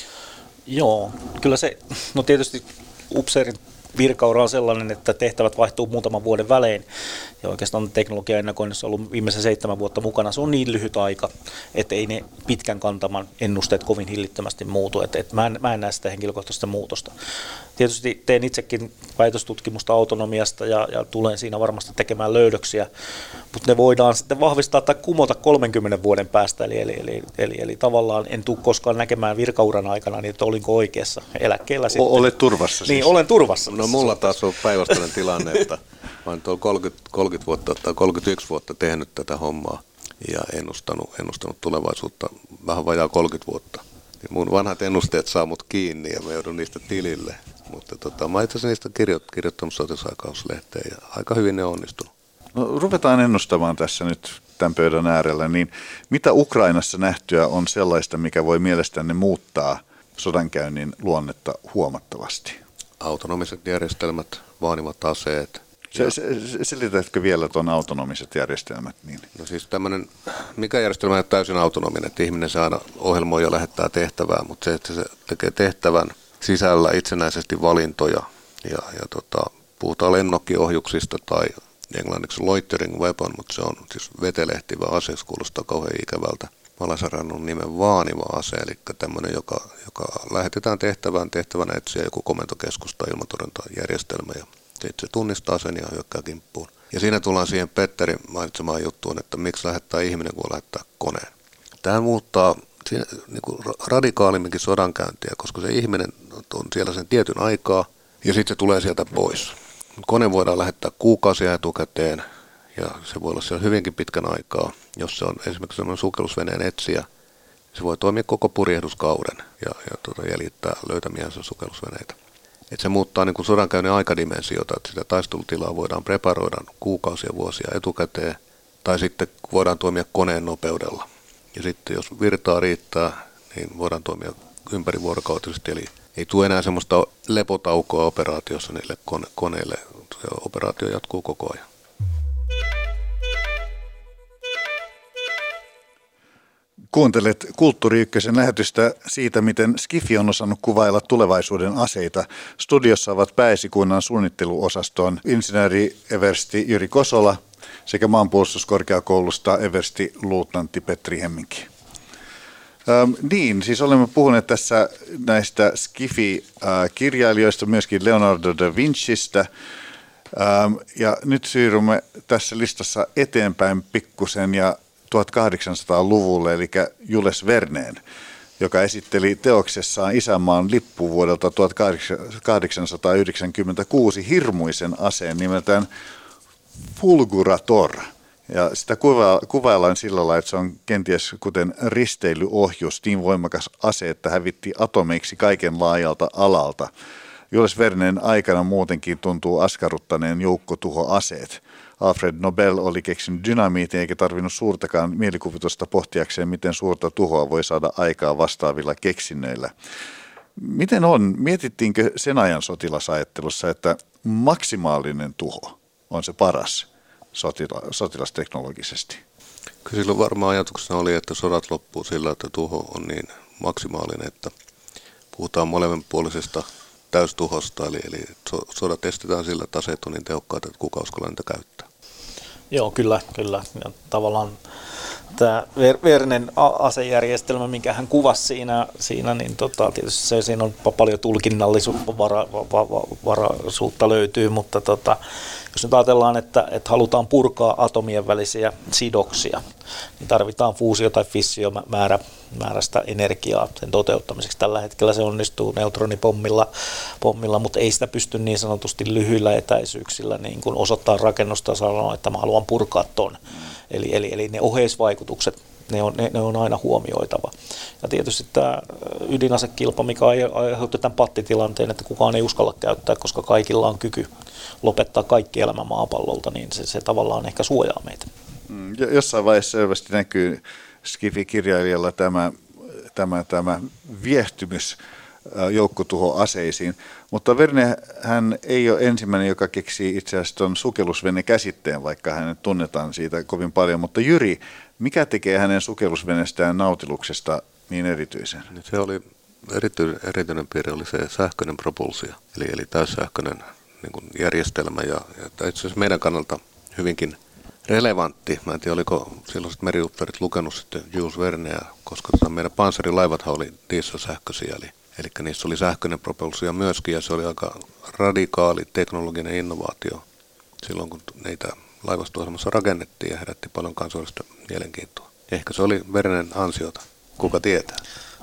Joo, kyllä se, no tietysti upseerin virkaura on sellainen, että tehtävät vaihtuu muutaman vuoden välein ja oikeastaan teknologian ennakoinnissa on ollut viimeisen seitsemän vuotta mukana. Se on niin lyhyt aika, että ei ne pitkän kantaman ennusteet kovin hillittömästi muutu. Et, et mä, en, mä en näe sitä henkilökohtaista muutosta. Tietysti teen itsekin väitöstutkimusta autonomiasta ja, ja tulen siinä varmasti tekemään löydöksiä, mutta ne voidaan sitten vahvistaa tai kumota kolmenkymmenen vuoden päästä. Eli, eli, eli, eli, eli tavallaan en tule koskaan näkemään virkauran aikana, niin että olinko oikeassa eläkkeellä sitten. Olet turvassa siis. Niin, olen turvassa. No mulla taas on päinvastainen tilanne, että mä olen tuolla kolmekymmentä, kolmekymmentä vuotta tai kolmekymmentäyksi vuotta tehnyt tätä hommaa ja ennustanut, ennustanut tulevaisuutta vähän vajaa kolmekymmentä vuotta. Niin mun vanhat ennusteet saa mut kiinni ja mä joudun niistä tilille. Mutta tota, mä itse asiassa niistä kirjoit, kirjoittanut sotilasaikauslehteen ja aika hyvin ne on onnistunut. No, ruvetaan ennustamaan tässä nyt tämän pöydän äärellä, niin mitä Ukrainassa nähtyä on sellaista, mikä voi mielestänne muuttaa sodankäynnin luonnetta huomattavasti? Autonomiset järjestelmät, vaanivat aseet. Se, se, selitätkö vielä tuon autonomiset järjestelmät? Niin? No siis tämmöinen, mikä järjestelmä on täysin autonominen, että ihminen se aina ohjelmoi ja lähettää tehtävää, mutta se, että se tekee tehtävän sisällä itsenäisesti valintoja ja, ja tota, puhutaan lennokkiohjuksista tai englanniksi loitering weapon, mutta se on siis vetelehtivä ase, se kuulostaa kauhean ikävältä. Mä olen sarannut nimen vaaniva ase, eli tämmöinen, joka, joka lähetetään tehtävään, tehtävänä etsiä joku komentokeskus tai ilmatorjuntajärjestelmä ja sitten se tunnistaa sen ja hyökkää kimppuun. Ja siinä tullaan siihen Petterin mainitsemaan juttuun, että miksi lähettää ihminen, kun lähettää koneen. Tämä muuttaa siinä, niin kuin radikaalimminkin sodankäyntiä, koska se ihminen on siellä sen tietyn aikaa ja sitten se tulee sieltä pois. Kone voidaan lähettää kuukausia etukäteen ja se voi olla siellä hyvinkin pitkän aikaa. Jos se on esimerkiksi sellainen sukellusveneen etsijä, se voi toimia koko purjehduskauden ja, ja tuota, jäljittää löytämiänsä sukellusveneitä. Et se muuttaa niin kuin sodankäynnin aikadimensiota, että sitä taistelutilaa voidaan preparoida kuukausia vuosia etukäteen, tai sitten voidaan toimia koneen nopeudella. Ja sitten jos virtaa riittää, niin voidaan toimia ympärivuorokautisesti, eli ei tule enää semmoista lepotaukoa operaatiossa niille kone- koneille. Se operaatio jatkuu koko ajan. Kuuntelet Kulttuuri Ykkösen lähetystä siitä, miten Skifi on osannut kuvailla tulevaisuuden aseita. Studiossa ovat Pääesikunnan suunnitteluosaston insinööri eversti Jyri Kosola sekä maanpuolustuskorkeakoulusta eversti luutnantti Petri Hemminki. Ähm, niin, siis olemme puhuneet tässä näistä Skifi-kirjailijoista, myöskin Leonardo da Vincistä. Ähm, ja nyt siirrymme tässä listassa eteenpäin pikkusen ja tuhatkahdeksansataaluvulle, eli Jules Verneen, joka esitteli teoksessaan Isänmaan lippu vuodelta tuhatkahdeksansataayhdeksänkymmentäkuusi hirmuisen aseen nimeltään Fulgurator. Ja sitä kuva- kuvaillaan sillä lailla, että se on kenties kuten risteilyohjus, niin voimakas ase, että hävitti atomeiksi kaiken laajalta alalta. Jules Verneen aikana muutenkin tuntuu askarruttaneen joukkotuhoaseet. Alfred Nobel oli keksinyt dynamiitin eikä tarvinnut suurtakaan mielikuvitusta pohtiakseen, miten suurta tuhoa voi saada aikaa vastaavilla keksinnöillä. Miten on? Mietittiinkö sen ajan sotilasajattelussa, että maksimaalinen tuho on se paras sotila, sotilasteknologisesti? Kyllä silloin varmaan ajatuksena oli, että sodat loppuu sillä, että tuho on niin maksimaalinen, että puhutaan molemminpuolisesta täystuhosta, eli, eli sodat estetään sillä, että aseet on niin tehokkaita, että kuka uskalla niitä käyttää. Joo, kyllä, kyllä. Ja tavallaan tämä Vernen asejärjestelmä, minkä hän kuvasi siinä, siinä niin tota, tietysti se, siinä on paljon tulkinnallisuutta löytyy, mutta tota, jos nyt ajatellaan, että, että halutaan purkaa atomien välisiä sidoksia, niin tarvitaan fuusio- tai fissiomäärä määrästä energiaa sen toteuttamiseksi. Tällä hetkellä se onnistuu neutronipommilla, pommilla, mutta ei sitä pysty niin sanotusti lyhyillä etäisyyksillä niin kuin osoittaa rakennusta ja sanoa, että mä haluan purkaa ton. Eli, eli, eli ne oheisvaikutukset, ne on, ne, ne on aina huomioitava. Ja tietysti tämä ydinasekilpa, mikä aiheutti tämän pattitilanteen, että kukaan ei uskalla käyttää, koska kaikilla on kyky lopettaa kaikki elämä maapallolta, niin se, se tavallaan ehkä suojaa meitä. Jossain vaiheessa selvästi näkyy Skifi-kirjailijalla tämä, tämä, tämä viehtymys joukkotuhoaseisiin, mutta Verne hän ei ole ensimmäinen, joka keksii itse asiassa tuon sukellusvene-käsitteen, vaikka hänet tunnetaan siitä kovin paljon, mutta Jyri, mikä tekee hänen sukellusvenestään Nautiluksesta niin erityisen? Se oli erityinen, erityinen piirre oli se sähköinen propulsio, eli, eli täyssähköinen niin kuin järjestelmä ja, ja itse asiassa meidän kannalta hyvinkin relevantti. Mä en tiedä, oliko silloiset meriupseerit lukenut sitten Jules Verneä, koska tota meidän panssarilaivathan oli dieselsähköisiä, eli, eli niissä oli sähköinen propulsio myöskin, ja se oli aika radikaali teknologinen innovaatio silloin, kun niitä laivasto-ohjelmassa rakennettiin ja herätti paljon kansallista mielenkiintoa. Ehkä se oli Verneen ansiota, kuka tietää.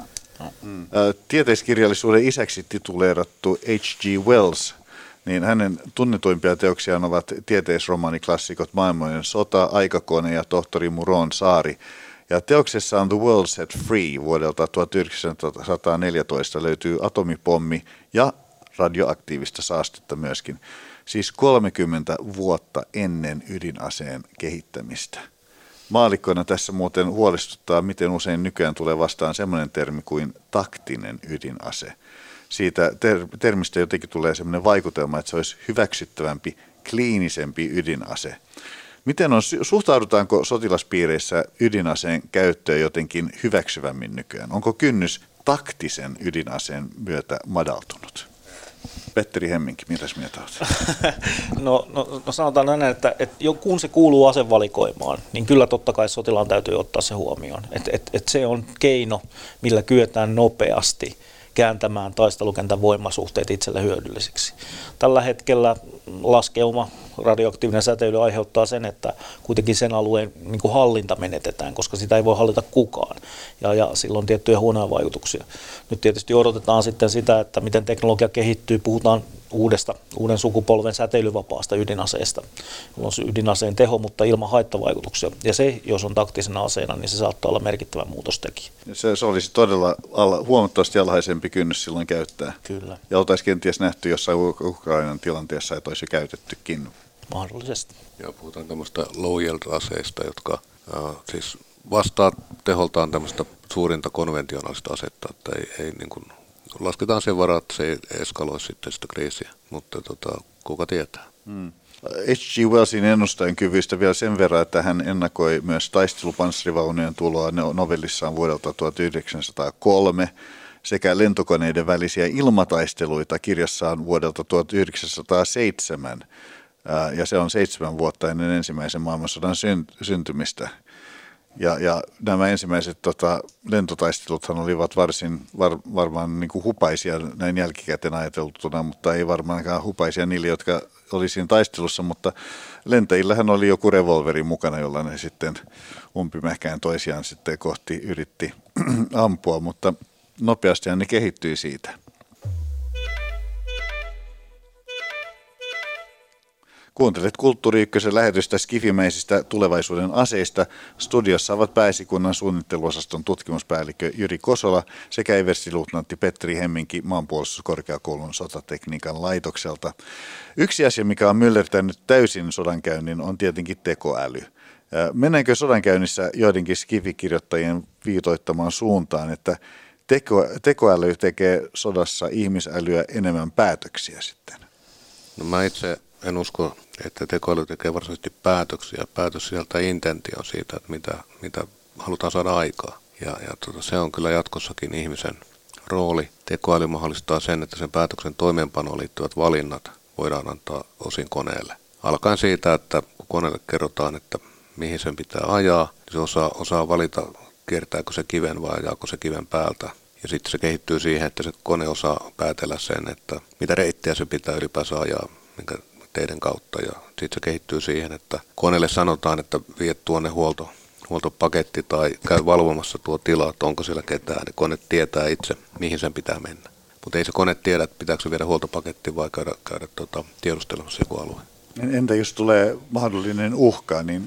Mm. Tieteiskirjallisuuden isäksi tituleerattu H G Wells, niin hänen tunnetuimpia teoksiaan ovat tieteisromaaniklassikot Maailmojen sota, Aikakone ja tohtori Muron saari. Ja teoksessaan The World Set Free vuodelta tuhatyhdeksänsataaneljätoista löytyy atomipommi ja radioaktiivista saastetta myöskin. Siis kolmekymmentä vuotta ennen ydinaseen kehittämistä. Maallikkona tässä muuten huolestuttaa, miten usein nykyään tulee vastaan semmoinen termi kuin taktinen ydinase. Siitä ter- termistä jotenkin tulee semmoinen vaikutelma, että se olisi hyväksyttävämpi, kliinisempi ydinase. Miten on, suhtaudutaanko sotilaspiireissä ydinaseen käyttöön jotenkin hyväksyvämmin nykyään? Onko kynnys taktisen ydinaseen myötä madaltunut? Petteri Hemminki, mitäs mieltä olet? No, no, no sanotaan näin, että, että kun se kuuluu asevalikoimaan, niin kyllä totta kai sotilaan täytyy ottaa se huomioon. Että et, et se on keino, millä kyetään nopeasti kääntämään taistelukentän voimasuhteet itselle hyödyllisiksi. Tällä hetkellä laskeuma, radioaktiivinen säteily aiheuttaa sen, että kuitenkin sen alueen niin kuin hallinta menetetään, koska sitä ei voi hallita kukaan. Ja, ja sillä on tiettyjä huonoja vaikutuksia. Nyt tietysti odotetaan sitten sitä, että miten teknologia kehittyy. Puhutaan uudesta, uuden sukupolven säteilyvapaasta ydinaseesta, jolla on ydinaseen teho, mutta ilman haittavaikutuksia. Ja se, jos on taktisena aseena, niin se saattaa olla merkittävä muutostekijä. Se, se olisi todella alla, huomattavasti alhaisempi kynnys silloin käyttää. Kyllä. Ja oltaisiin kenties nähty jossain Ukrainan tilanteessa, että olisi käytettykin. Mahdollisesti. Joo, puhutaan tämmöistä low yield-aseista, jotka äh, siis vastaa teholtaan tämmöistä suurinta konventionaalista asetta, että ei, ei niin kuin, lasketaan sen varaa, että se ei eskaloi sitten sitä kriisiä, mutta tota, kuka tietää. Hmm. H G Wellsin ennustajan kyvyistä vielä sen verran, että hän ennakoi myös taistelupanssarivaunujen tuloa novellissaan vuodelta tuhatyhdeksänsataakolme sekä lentokoneiden välisiä ilmataisteluita kirjassaan vuodelta tuhatyhdeksänsataaseitsemän, ja se on seitsemän vuotta ennen ensimmäisen maailmansodan syntymistä. Ja, ja nämä ensimmäiset tota, lentotaisteluthan olivat varsin var, varmaan niin kuin hupaisia näin jälkikäteen ajateltuna, mutta ei varmaankaan hupaisia niille, jotka oli siinä taistelussa, mutta lentäjillähän oli joku revolveri mukana, jolla ne sitten umpimähkään toisiaan sitten kohti yritti ampua, mutta nopeastihan ne kehittyi siitä. Kuuntelet Kulttuuri Ykkösen lähetystä skifimäisistä tulevaisuuden aseista. Studiossa ovat Pääesikunnan suunnitteluosaston tutkimuspäällikkö Jyri Kosola sekä everstiluutnantti Petri Hemminki Maanpuolustuskorkeakoulun sotatekniikan laitokselta. Yksi asia, mikä on myllertänyt täysin sodankäynnin, on tietenkin tekoäly. Mennäänkö sodankäynnissä joidenkin skifikirjoittajien viitoittamaan suuntaan, että teko, tekoäly tekee sodassa ihmisälyä enemmän päätöksiä sitten? No mä itse en usko, että tekoäly tekee varsinaisesti päätöksiä. Päätös sieltä intentio siitä, että mitä, mitä halutaan saada aikaa. Ja, ja tota, se on kyllä jatkossakin ihmisen rooli. Tekoäly mahdollistaa sen, että sen päätöksen toimeenpanoon liittyvät valinnat voidaan antaa osin koneelle. Alkaen siitä, että kun koneelle kerrotaan, että mihin sen pitää ajaa, niin se osaa, osaa valita, kiertääkö se kiven vai ajaako se kiven päältä. Ja sitten se kehittyy siihen, että se kone osaa päätellä sen, että mitä reittiä se pitää ylipäänsä ajaa, minkä teidän kautta, ja sitten se kehittyy siihen, että koneelle sanotaan, että viet tuonne huolto, huoltopaketti tai käy valvomassa tuo tila, että onko siellä ketään, niin kone tietää itse, mihin sen pitää mennä. Mutta ei se kone tiedä, että pitääkö se viedä huoltopaketti vai käydä, käydä tuota, tiedustelemassa joku alue. Entä jos tulee mahdollinen uhka, niin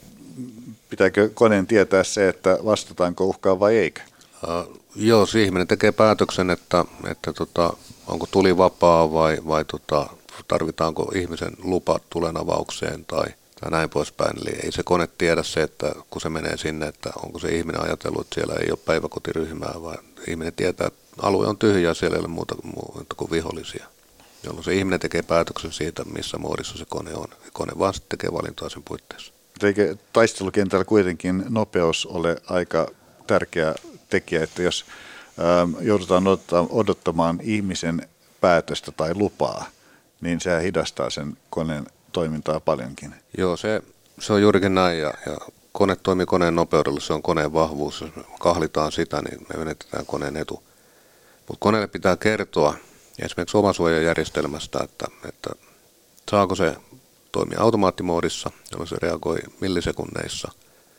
pitääkö koneen tietää se, että vastataanko uhkaan vai eikö? Uh, joo, se ihminen tekee päätöksen, että, että tota, onko tuli vapaa vai, vai tota, tarvitaanko ihmisen lupa tulen avaukseen tai, tai näin poispäin. Eli ei se kone tiedä se, että kun se menee sinne, että onko se ihminen ajatellut, että siellä ei ole päiväkotiryhmää, vaan ihminen tietää, että alue on tyhjä ja siellä ei ole muuta, muuta kuin vihollisia. Jolloin se ihminen tekee päätöksen siitä, missä muodossa se kone on. Kone vaan sitten tekee valintoa sen puitteissa. Eikö taistelukentällä kuitenkin nopeus ole aika tärkeä tekijä, että jos ähm, joudutaan odottamaan ihmisen päätöstä tai lupaa, niin se hidastaa sen koneen toimintaa paljonkin. Joo, se, se on juurikin näin, ja, ja kone toimii koneen nopeudella, se on koneen vahvuus. Jos me kahlitaan sitä, niin me menetetään koneen etu. Mutta koneelle pitää kertoa esimerkiksi omasuojajärjestelmästä, että, että saako se toimia automaattimoodissa, jolloin se reagoi millisekunneissa.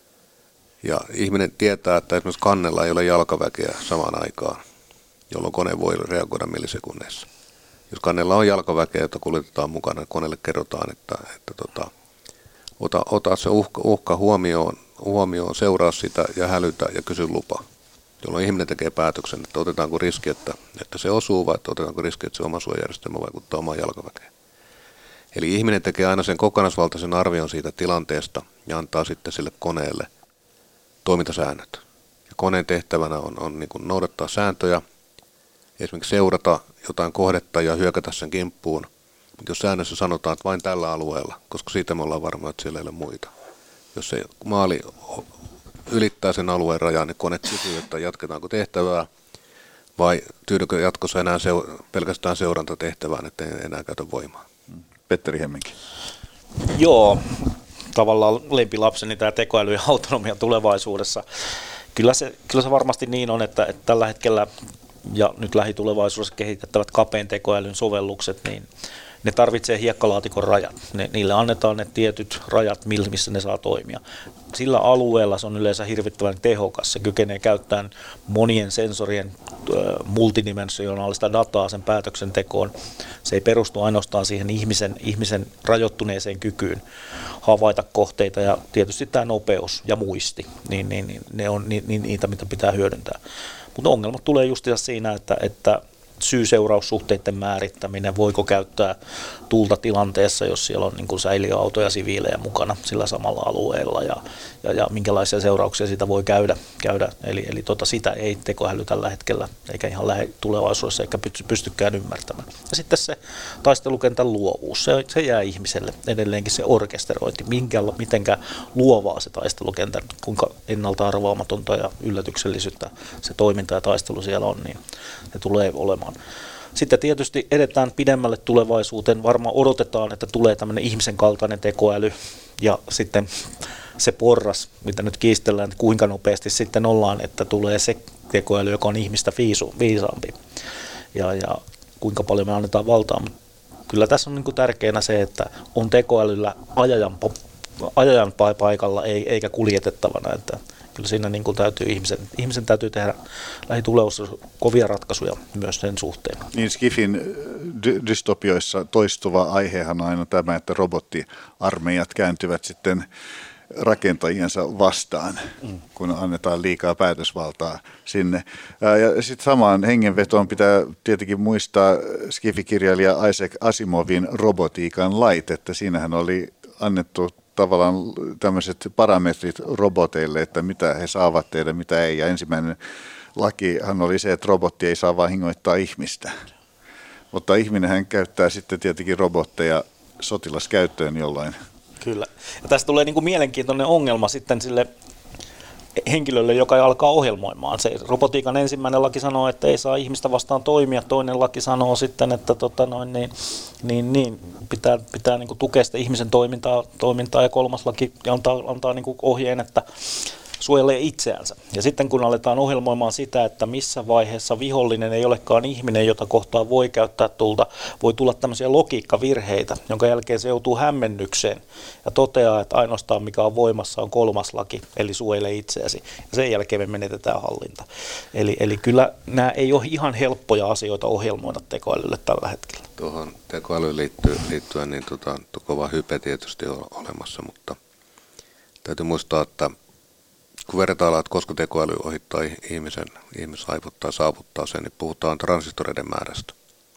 Ja ihminen tietää, että esimerkiksi kannella ei ole jalkaväkeä samaan aikaan, jolloin kone voi reagoida millisekunneissa. Jos kannella on jalkaväkeä, jota kuljetetaan mukana, koneelle kerrotaan, että, että tota, ota, ota se uhka, uhka huomioon, huomioon, seuraa sitä ja hälytä ja kysy lupa. Jolloin ihminen tekee päätöksen, että otetaanko riski, että, että se osuu vai että otetaanko riski, että se oma suojajärjestelmä vaikuttaa omaan jalkaväkeen. Eli ihminen tekee aina sen kokonaisvaltaisen arvion siitä tilanteesta ja antaa sitten sille koneelle toimintasäännöt. Ja koneen tehtävänä on, on niin kuin noudattaa sääntöjä, esimerkiksi seurata jotain kohdetta ja hyökätä sen kimppuun. Mutta jos säännössä sanotaan, että vain tällä alueella, koska siitä me ollaan varma, että siellä ei ole muita. Jos se maali ylittää sen alueen rajan, niin kone kysyy, että jatketaanko tehtävää vai tyydykö jatkossa enää seu- pelkästään seurantatehtävään, että ei enää käytä voimaa. Petteri Hemminki. Joo, tavallaan lempilapseni tämä tekoäly ja autonomia tulevaisuudessa. Kyllä se, kyllä se varmasti niin on, että, että tällä hetkellä ja nyt lähitulevaisuudessa kehitettävät kapean tekoälyn sovellukset, niin ne tarvitsee hiekkalaatikon rajat. Ne, niille annetaan ne tietyt rajat, missä ne saa toimia. Sillä alueella se on yleensä hirvittävän tehokas. Se kykenee käyttämään monien sensorien multidimensionaalista dataa sen päätöksentekoon. Se ei perustu ainoastaan siihen ihmisen, ihmisen rajoittuneeseen kykyyn havaita kohteita, ja tietysti tämä nopeus ja muisti, niin, niin, niin ne on ni, ni, niitä, mitä pitää hyödyntää. Mutta ongelmat tulee justiinsa siinä, että, että syy-seuraussuhteiden määrittäminen, voiko käyttää tulta tilanteessa, jos siellä on niin kuin säiliöautoja, siviilejä mukana sillä samalla alueella ja, ja, ja minkälaisia seurauksia siitä voi käydä. käydä. Eli, eli tota, sitä ei tekoäly tällä hetkellä eikä ihan lähitulevaisuudessa eikä pysty, pystykään ymmärtämään. Ja sitten se taistelukentän luovuus, se, se jää ihmiselle edelleenkin se orkesterointi, minkä, mitenkä luovaa se taistelukentän, kuinka ennalta arvaamatonta ja yllätyksellisyyttä se toiminta ja taistelu siellä on, niin se tulee olemaan. Sitten tietysti edetään pidemmälle tulevaisuuteen. Varmaan odotetaan, että tulee tämmöinen ihmisen kaltainen tekoäly ja sitten se porras, mitä nyt kiistellään, että kuinka nopeasti sitten ollaan, että tulee se tekoäly, joka on ihmistä viisu, viisaampi ja, ja kuinka paljon me annetaan valtaa. Kyllä tässä on niin kuin tärkeänä se, että on tekoälyllä ajajan, ajajan paikalla eikä kuljetettavana, että kyllä siinä niin kuin täytyy ihmisen, ihmisen täytyy tehdä lähitulevaisuudessa kovia ratkaisuja myös sen suhteen. Niin Skifin dy- dystopioissa toistuva aihehan on aina tämä, että robottiarmeijat kääntyvät sitten rakentajiensa vastaan, mm. kun annetaan liikaa päätösvaltaa sinne. Ja sitten samaan hengenvetoon pitää tietenkin muistaa Skifi-kirjailija Isaac Asimovin robotiikan lait, että siinähän oli annettu tavallaan tämmöiset parametrit roboteille, että mitä he saavat tehdä, mitä ei. Ja ensimmäinen lakihan oli se, että robotti ei saa vahingoittaa ihmistä. Mutta ihminenhän käyttää sitten tietenkin robotteja sotilaskäyttöön jollain. Kyllä. Ja tästä tulee niin kuin mielenkiintoinen ongelma sitten sille henkilölle, joka alkaa ohjelmoimaan. Se robotiikan ensimmäinen laki sanoo, että ei saa ihmistä vastaan toimia. Toinen laki sanoo sitten, että tota noin, niin, niin, niin, pitää, pitää niin kuin tukea sitä ihmisen toimintaa, toimintaa. Ja kolmas laki antaa, antaa niin kuin ohjeen, että suojelee itseänsä. Ja sitten kun aletaan ohjelmoimaan sitä, että missä vaiheessa vihollinen ei olekaan ihminen, jota kohtaa voi käyttää tulta, voi tulla tämmöisiä logiikkavirheitä, jonka jälkeen se joutuu hämmennykseen ja toteaa, että ainoastaan mikä on voimassa on kolmas laki, eli suojele itseäsi. Ja sen jälkeen me menetetään hallinta. Eli, eli kyllä nämä ei ole ihan helppoja asioita ohjelmoida tekoälylle tällä hetkellä. Tuohon tekoälyyn liittyy, liittyen, niin tota, kova hype tietysti on olemassa, mutta täytyy muistaa, että kun vertaillaan, että koska tekoäly ohittaa ihmisen, ihmisaivot tai saavuttaa sen, niin puhutaan transistoreiden määrästä.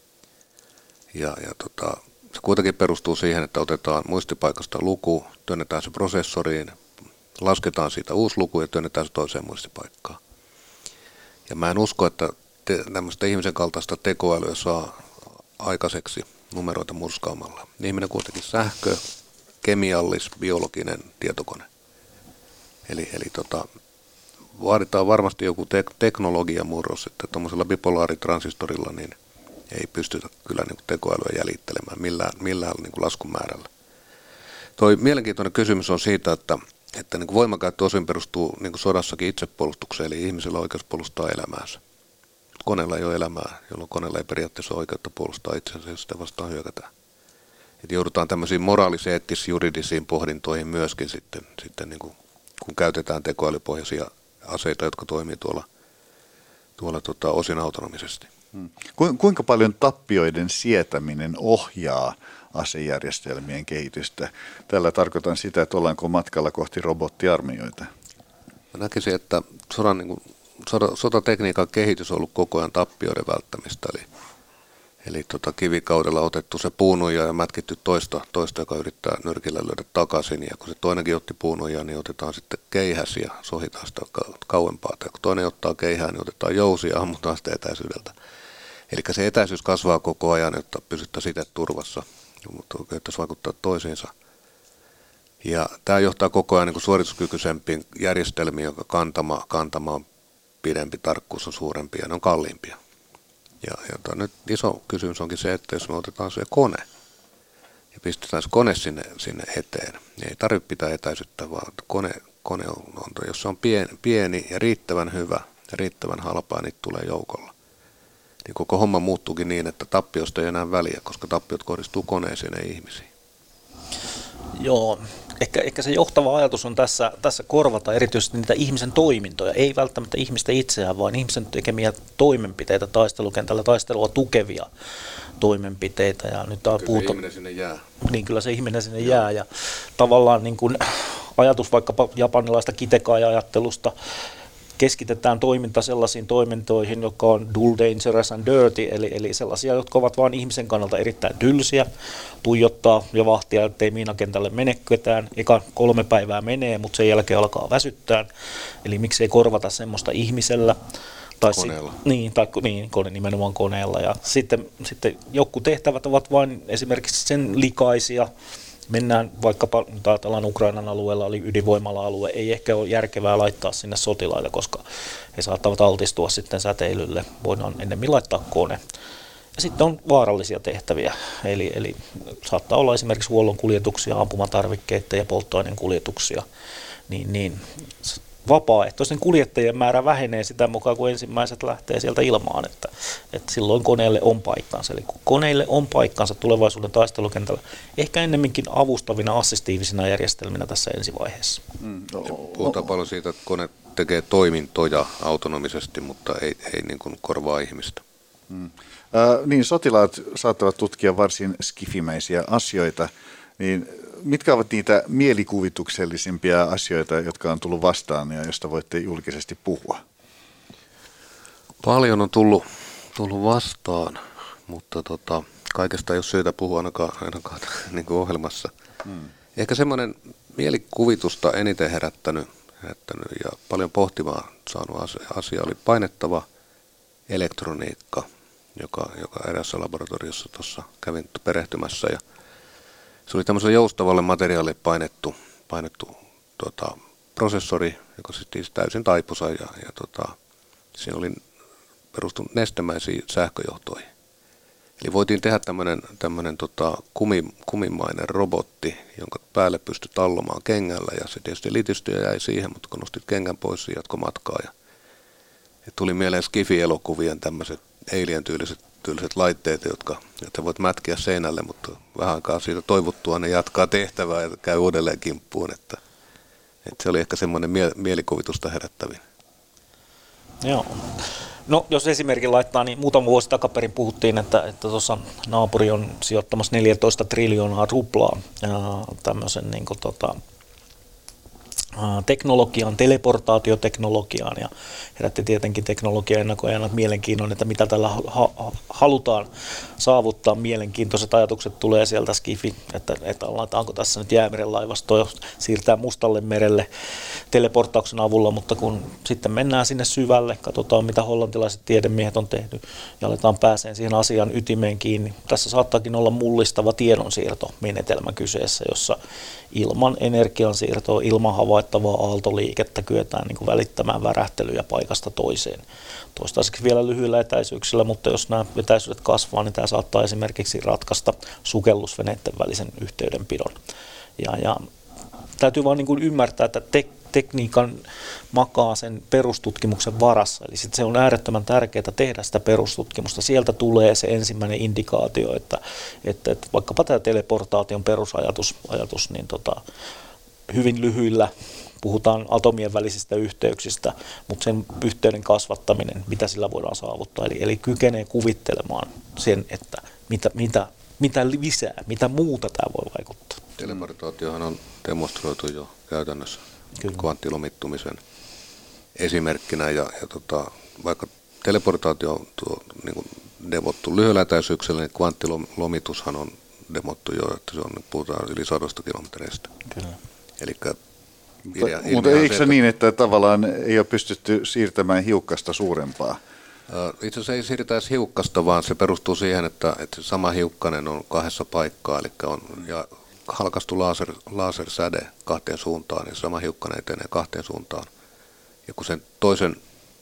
Ja, ja tota, se kuitenkin perustuu siihen, että otetaan muistipaikasta luku, työnnetään se prosessoriin, lasketaan siitä uusi luku ja työnnetään se toiseen muistipaikkaan. Ja mä en usko, että te, tämmöistä ihmisen kaltaista tekoälyä saa aikaiseksi numeroita murskaamalla. Ihminen kuitenkin sähkö, kemiallis, biologinen tietokone. Eli, eli tota, vaaditaan varmasti joku tek- teknologiamurros, että tuollaisella bipolaaritransistorilla niin ei pystytä kyllä niin kuin tekoälyä jäljittelemään millään, millään niin kuin laskumäärällä. Toi mielenkiintoinen kysymys on siitä, että, että niin kuin voimankäyttö osin perustuu niin kuin sodassakin itsepuolustukseen, eli ihmisellä on oikeus puolustaa elämäänsä. Koneella ei ole elämää, jolloin koneella ei periaatteessa ole oikeutta puolustaa itsensä, jos sitä vastaan hyökätään. Että joudutaan tämmöisiin moraalis-eettis-juridisiin pohdintoihin myöskin sitten, sitten niin kuin kun käytetään tekoälypohjaisia aseita, jotka toimii tuolla, tuolla tota, osin autonomisesti. Hmm. Kuinka paljon tappioiden sietäminen ohjaa asejärjestelmien kehitystä? Tällä tarkoitan sitä, että ollaanko matkalla kohti robottiarmeijoita. Mä näkisin, että sodan, niin kuin, sota, sotatekniikan kehitys on ollut koko ajan tappioiden välttämistä. Eli, eli tota, kivikaudella otettu se puunuija ja mätkitty toista, toista, joka yrittää nyrkillä lyödä takaisin. Ja kun se toinenkin otti puunuijaa, niin otetaan sitten keihäs ja sohitaan sitä kauempaa. Ja kun toinen ottaa keihää, niin otetaan jousi ja ammutaan sitä etäisyydeltä. Eli se etäisyys kasvaa koko ajan, jotta pysyttäisiin itse turvassa, mutta koettaisiin vaikuttaa toisiinsa. Ja tämä johtaa koko ajan niin kuin suorituskykyisempiin järjestelmiin, jonka kantama, kantama on pidempi, tarkkuus on suurempi ja ne on kalliimpia. Ja, ja nyt iso kysymys onkin se, että jos me otetaan se kone ja pistetään se kone sinne, sinne eteen, niin ei tarvitse pitää etäisyyttä, vaan kone, kone on, on, jos se on pieni, pieni ja riittävän hyvä ja riittävän halpaa, niin tulee joukolla. Niin koko homma muuttuukin niin, että tappiosta ei enää väliä, koska tappiot kohdistuu koneeseen ja ihmisiin. Joo, ehkä, ehkä se johtava ajatus on tässä, tässä korvata erityisesti niitä ihmisen toimintoja, ei välttämättä ihmistä itseään, vaan ihmisen tekemiä toimenpiteitä taistelukentällä, taistelua tukevia toimenpiteitä. Ja nyt kyllä puhuttu, se ihminen sinne jää. Niin kyllä se ihminen sinne Joo. jää ja tavallaan niin kuin ajatus vaikkapa japanilaista Kitekai-ajattelusta, keskitetään toiminta sellaisiin toimintoihin, jotka on dull, dangerous and dirty, eli, eli sellaisia, jotka ovat vain ihmisen kannalta erittäin tylsiä, tuijottaa ja vahtia, ettei miinakentälle mene ketään. Eka kolme päivää menee, mutta sen jälkeen alkaa väsyttää, eli miksei korvata semmoista ihmisellä. Tai koneella. Si- niin, tai niin, kone, nimenomaan koneella. Ja sitten, sitten joku tehtävät ovat vain esimerkiksi sen likaisia. Mennään vaikkapa, ajatellaan Ukrainan alueella oli ydinvoimala-alue, ei ehkä ole järkevää laittaa sinne sotilaille, koska he saattavat altistua sitten säteilylle. Voidaan ennemmin laittaa kone. Ja sitten on vaarallisia tehtäviä, eli, eli saattaa olla esimerkiksi huollon kuljetuksia, ampumatarvikkeita ja polttoaineen kuljetuksia, niin, niin vapaaehtoisten kuljettajien määrä vähenee sitä mukaan, kun ensimmäiset lähtee sieltä ilmaan, että, että silloin koneelle on paikkansa. Eli kun koneille on paikkansa tulevaisuuden taistelukentällä, ehkä ennemminkin avustavina assistiivisina järjestelminä tässä ensivaiheessa. Mm. Puhutaan paljon siitä, että kone tekee toimintoja autonomisesti, mutta ei, ei niin kuin korvaa ihmistä. Mm. Äh, niin, sotilaat saattavat tutkia varsin skifimäisiä asioita, niin mitkä ovat niitä mielikuvituksellisimpia asioita, jotka on tullut vastaan ja joista voitte julkisesti puhua? Paljon on tullut, tullut vastaan, mutta tota, kaikesta ei ole syytä puhua ainakaan, ainakaan niin kuin ohjelmassa. Hmm. Ehkä semmoinen mielikuvitusta eniten herättänyt, herättänyt ja paljon pohtimaan saanut asia, asia oli painettava elektroniikka, joka, joka erässä laboratoriossa tuossa kävin perehtymässä. Ja se oli tämmöiselle joustavalle materiaalille painettu, painettu tota, prosessori, joka siis täysin taipuisa ja, ja tota, siinä oli perustunut nestemäisiin sähköjohtoihin. Eli voitiin tehdä tämmöinen, tämmöinen tota, kumi, kumimainen robotti, jonka päälle pystyi tallomaan kengällä ja se tietysti litystyi ja jäi siihen, mutta kun nostit kengän pois, se jatkoi matkaa. Ja, ja tuli mieleen Skifi-elokuvien tämmöiset alien-tyyliset tyyliset laitteet, jotka, jotka voit mätkiä seinälle, mutta vähän aikaa siitä toivottua ne jatkaa tehtävää ja käy uudelleen kimppuun. Että, että se oli ehkä semmoinen mie- mielikuvitusta herättävin. Joo. No jos esimerkin laittaa, niin muutama vuosi takaperin puhuttiin, että tuossa että naapuri on sijoittamassa neljätoista triljoonaa ruplaa ja tämmöisen niin kuin, tota, teknologiaan, teleportaatioteknologiaan ja herätti tietenkin teknologia ennakoijana mielenkiinnon, että mitä tällä ha- halutaan saavuttaa. Mielenkiintoiset ajatukset tulee sieltä Skifi, että, että onko tässä nyt Jäämeren laivasto siirtää Mustalle merelle teleportauksen avulla, mutta kun sitten mennään sinne syvälle, katsotaan mitä hollantilaiset tiedemiehet on tehnyt ja aletaan pääseen siihen asian ytimeen kiinni. Tässä saattaakin olla mullistava tiedonsiirtomenetelmä kyseessä, jossa ilman energiansiirtoa, ilman havaittavaa aaltoliikettä kyetään niin kuin välittämään värähtelyjä paikasta toiseen. Toistaiseksi vielä lyhyillä etäisyyksillä, mutta jos nämä etäisyydet kasvaa, niin tämä saattaa esimerkiksi ratkaista sukellusveneiden välisen yhteydenpidon. Ja, ja täytyy vaan niin kuin ymmärtää, että te- tekniikan makaa sen perustutkimuksen varassa. Eli sit se on äärettömän tärkeää tehdä sitä perustutkimusta. Sieltä tulee se ensimmäinen indikaatio, että, että, että vaikkapa tämä teleportaation perusajatus, ajatus, niin tota, hyvin lyhyillä puhutaan atomien välisistä yhteyksistä, mutta sen yhteyden kasvattaminen, mitä sillä voidaan saavuttaa. Eli, eli kykenee kuvittelemaan sen, että mitä, mitä, mitä lisää, mitä muuta tämä voi vaikuttaa. Teleportaatiohan on demonstroitu jo käytännössä Kyllä. kvanttilomittumisen esimerkkinä ja, ja tota, vaikka teleportaatio on tuo, niin kuin demottu lyhyellä etäisyyksellä, niin kvanttilomitushan on demottu jo, että se on, puhutaan yli sadosta kilometreistä. Kyllä. Elikkä Mutta, mutta eikö se niin, että tavallaan ei ole pystytty siirtämään hiukkasta suurempaa? Itse asiassa ei siirretä edes hiukkasta, vaan se perustuu siihen, että, että sama hiukkanen on kahdessa paikkaa, eli on ja halkaistu laser, lasersäde kahteen suuntaan, niin sama hiukkanen etenee kahteen suuntaan. Ja kun sen toisen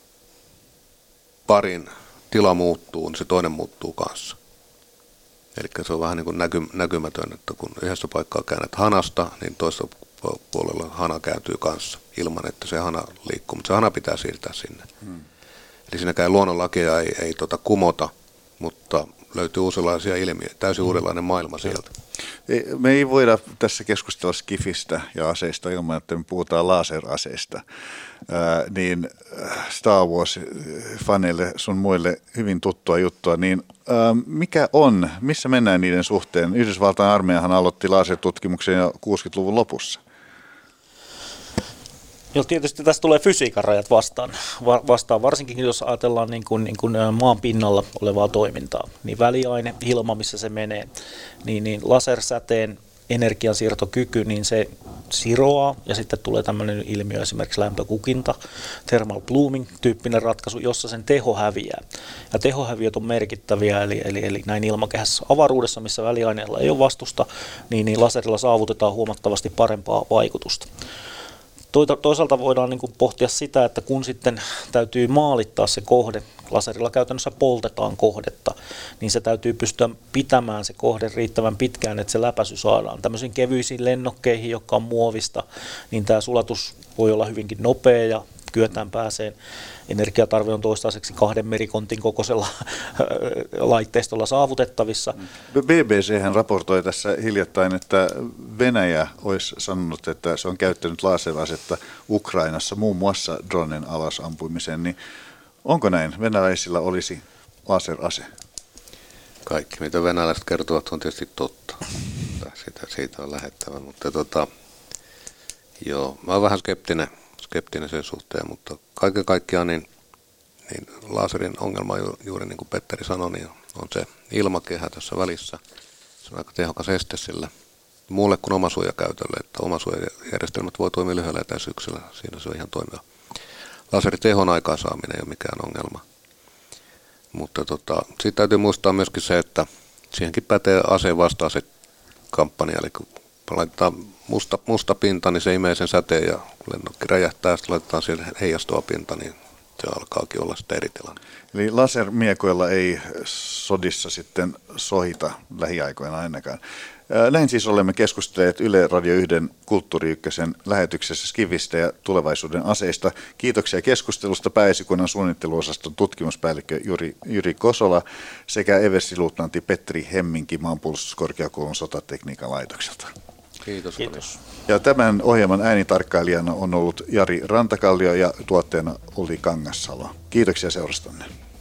parin tila muuttuu, niin se toinen muuttuu kanssa. Eli se on vähän niin kuin näky, näkymätön, että kun yhdessä paikkaa käännät hanasta, niin toisessa puolella hana kääntyy kanssa ilman, että se hana liikkuu, mutta se hana pitää siirtää sinne. Hmm. Eli siinäkään luonnonlakia ei, ei tota kumota, mutta löytyy uudenlaisia ilmiöitä, täysin uudenlainen maailma sieltä. Me ei voida tässä keskustella skifistä ja aseista ilman, että me puhutaan laseraseista. Ää, niin Star Wars-faneille sun muille hyvin tuttua juttua, niin ää, mikä on, missä mennään niiden suhteen? Yhdysvaltain armeijahan aloitti lasertutkimuksen jo kuusikymmentäluvun lopussa. Joo, tietysti tässä tulee fysiikan rajat vastaan, Va- vastaan varsinkin jos ajatellaan niin kuin, niin kuin maan pinnalla olevaa toimintaa, niin väliaine, ilma, missä se menee, niin, niin lasersäteen energiansiirtokyky, niin se siroaa ja sitten tulee tämmöinen ilmiö esimerkiksi lämpökukinta, thermal blooming tyyppinen ratkaisu, jossa sen teho häviää. Ja tehohäviöt on merkittäviä, eli, eli, eli näin ilmakehässä avaruudessa, missä väliaineella ei ole vastusta, niin, niin laserilla saavutetaan huomattavasti parempaa vaikutusta. Toisaalta voidaan niin kuin pohtia sitä, että kun sitten täytyy maalittaa se kohde, laserilla käytännössä poltetaan kohdetta, niin se täytyy pystyä pitämään se kohde riittävän pitkään, että se läpäisy saadaan. Tämmöisiin kevyisiin lennokkeihin, jotka on muovista, niin tämä sulatus voi olla hyvinkin nopea ja kyetään pääseen. Energiatarve on toistaiseksi kahden merikontin kokoisella laitteistolla saavutettavissa. B B C:hän raportoi tässä hiljattain, että Venäjä olisi sanonut, että se on käyttänyt laserasetta Ukrainassa muun muassa dronen alasampumiseen. Niin onko näin? Venäläisillä olisi laserase? Kaikki, mitä venäläiset kertovat, on tietysti totta. Siitä, siitä on lähettävä, mutta tota, joo, mä oon vähän skeptinen. skeptinen sen suhteen, mutta kaiken kaikkiaan niin, niin laserin ongelma ju, juuri niin kuin Petteri sanoi, niin on se ilmakehä tässä välissä. Se on aika tehokas este sillä muulle kuin omasuojakäytölle, että omasuojajärjestelmät voi toimia lyhyellä etäisyyksellä, siinä se on ihan toimiva. Laseritehon aikaansaaminen ei ole mikään ongelma. Mutta tota, siitä täytyy muistaa myöskin se, että siihenkin pätee aseen vasta-asekampanja, eli kun laitetaan musta, musta pinta, niin se imee sen säteen ja kun lennokki räjähtää ja sitten laitetaan siihen heijastuva pinta, niin se alkaakin olla sitten eri tilanne. Eli lasermiekoilla ei sodissa sitten sohita lähiaikoina ainakaan. Näin siis olemme keskustelleet Yle Radio yksi Kulttuuri Ykkösen lähetyksessä Skifistä ja tulevaisuuden aseista. Kiitoksia keskustelusta pääesikunnan suunnitteluosaston tutkimuspäällikkö Juri, Jyri Kosola sekä everstiluutnantti Petri Hemminki Maanpuolustuskorkeakoulun sotatekniikan laitokselta. Kiitos. Kiitos. Ja tämän ohjelman äänitarkkailijana on ollut Jari Rantakallio ja tuotteena Olli Kangassalo. Kiitoksia seurastanne.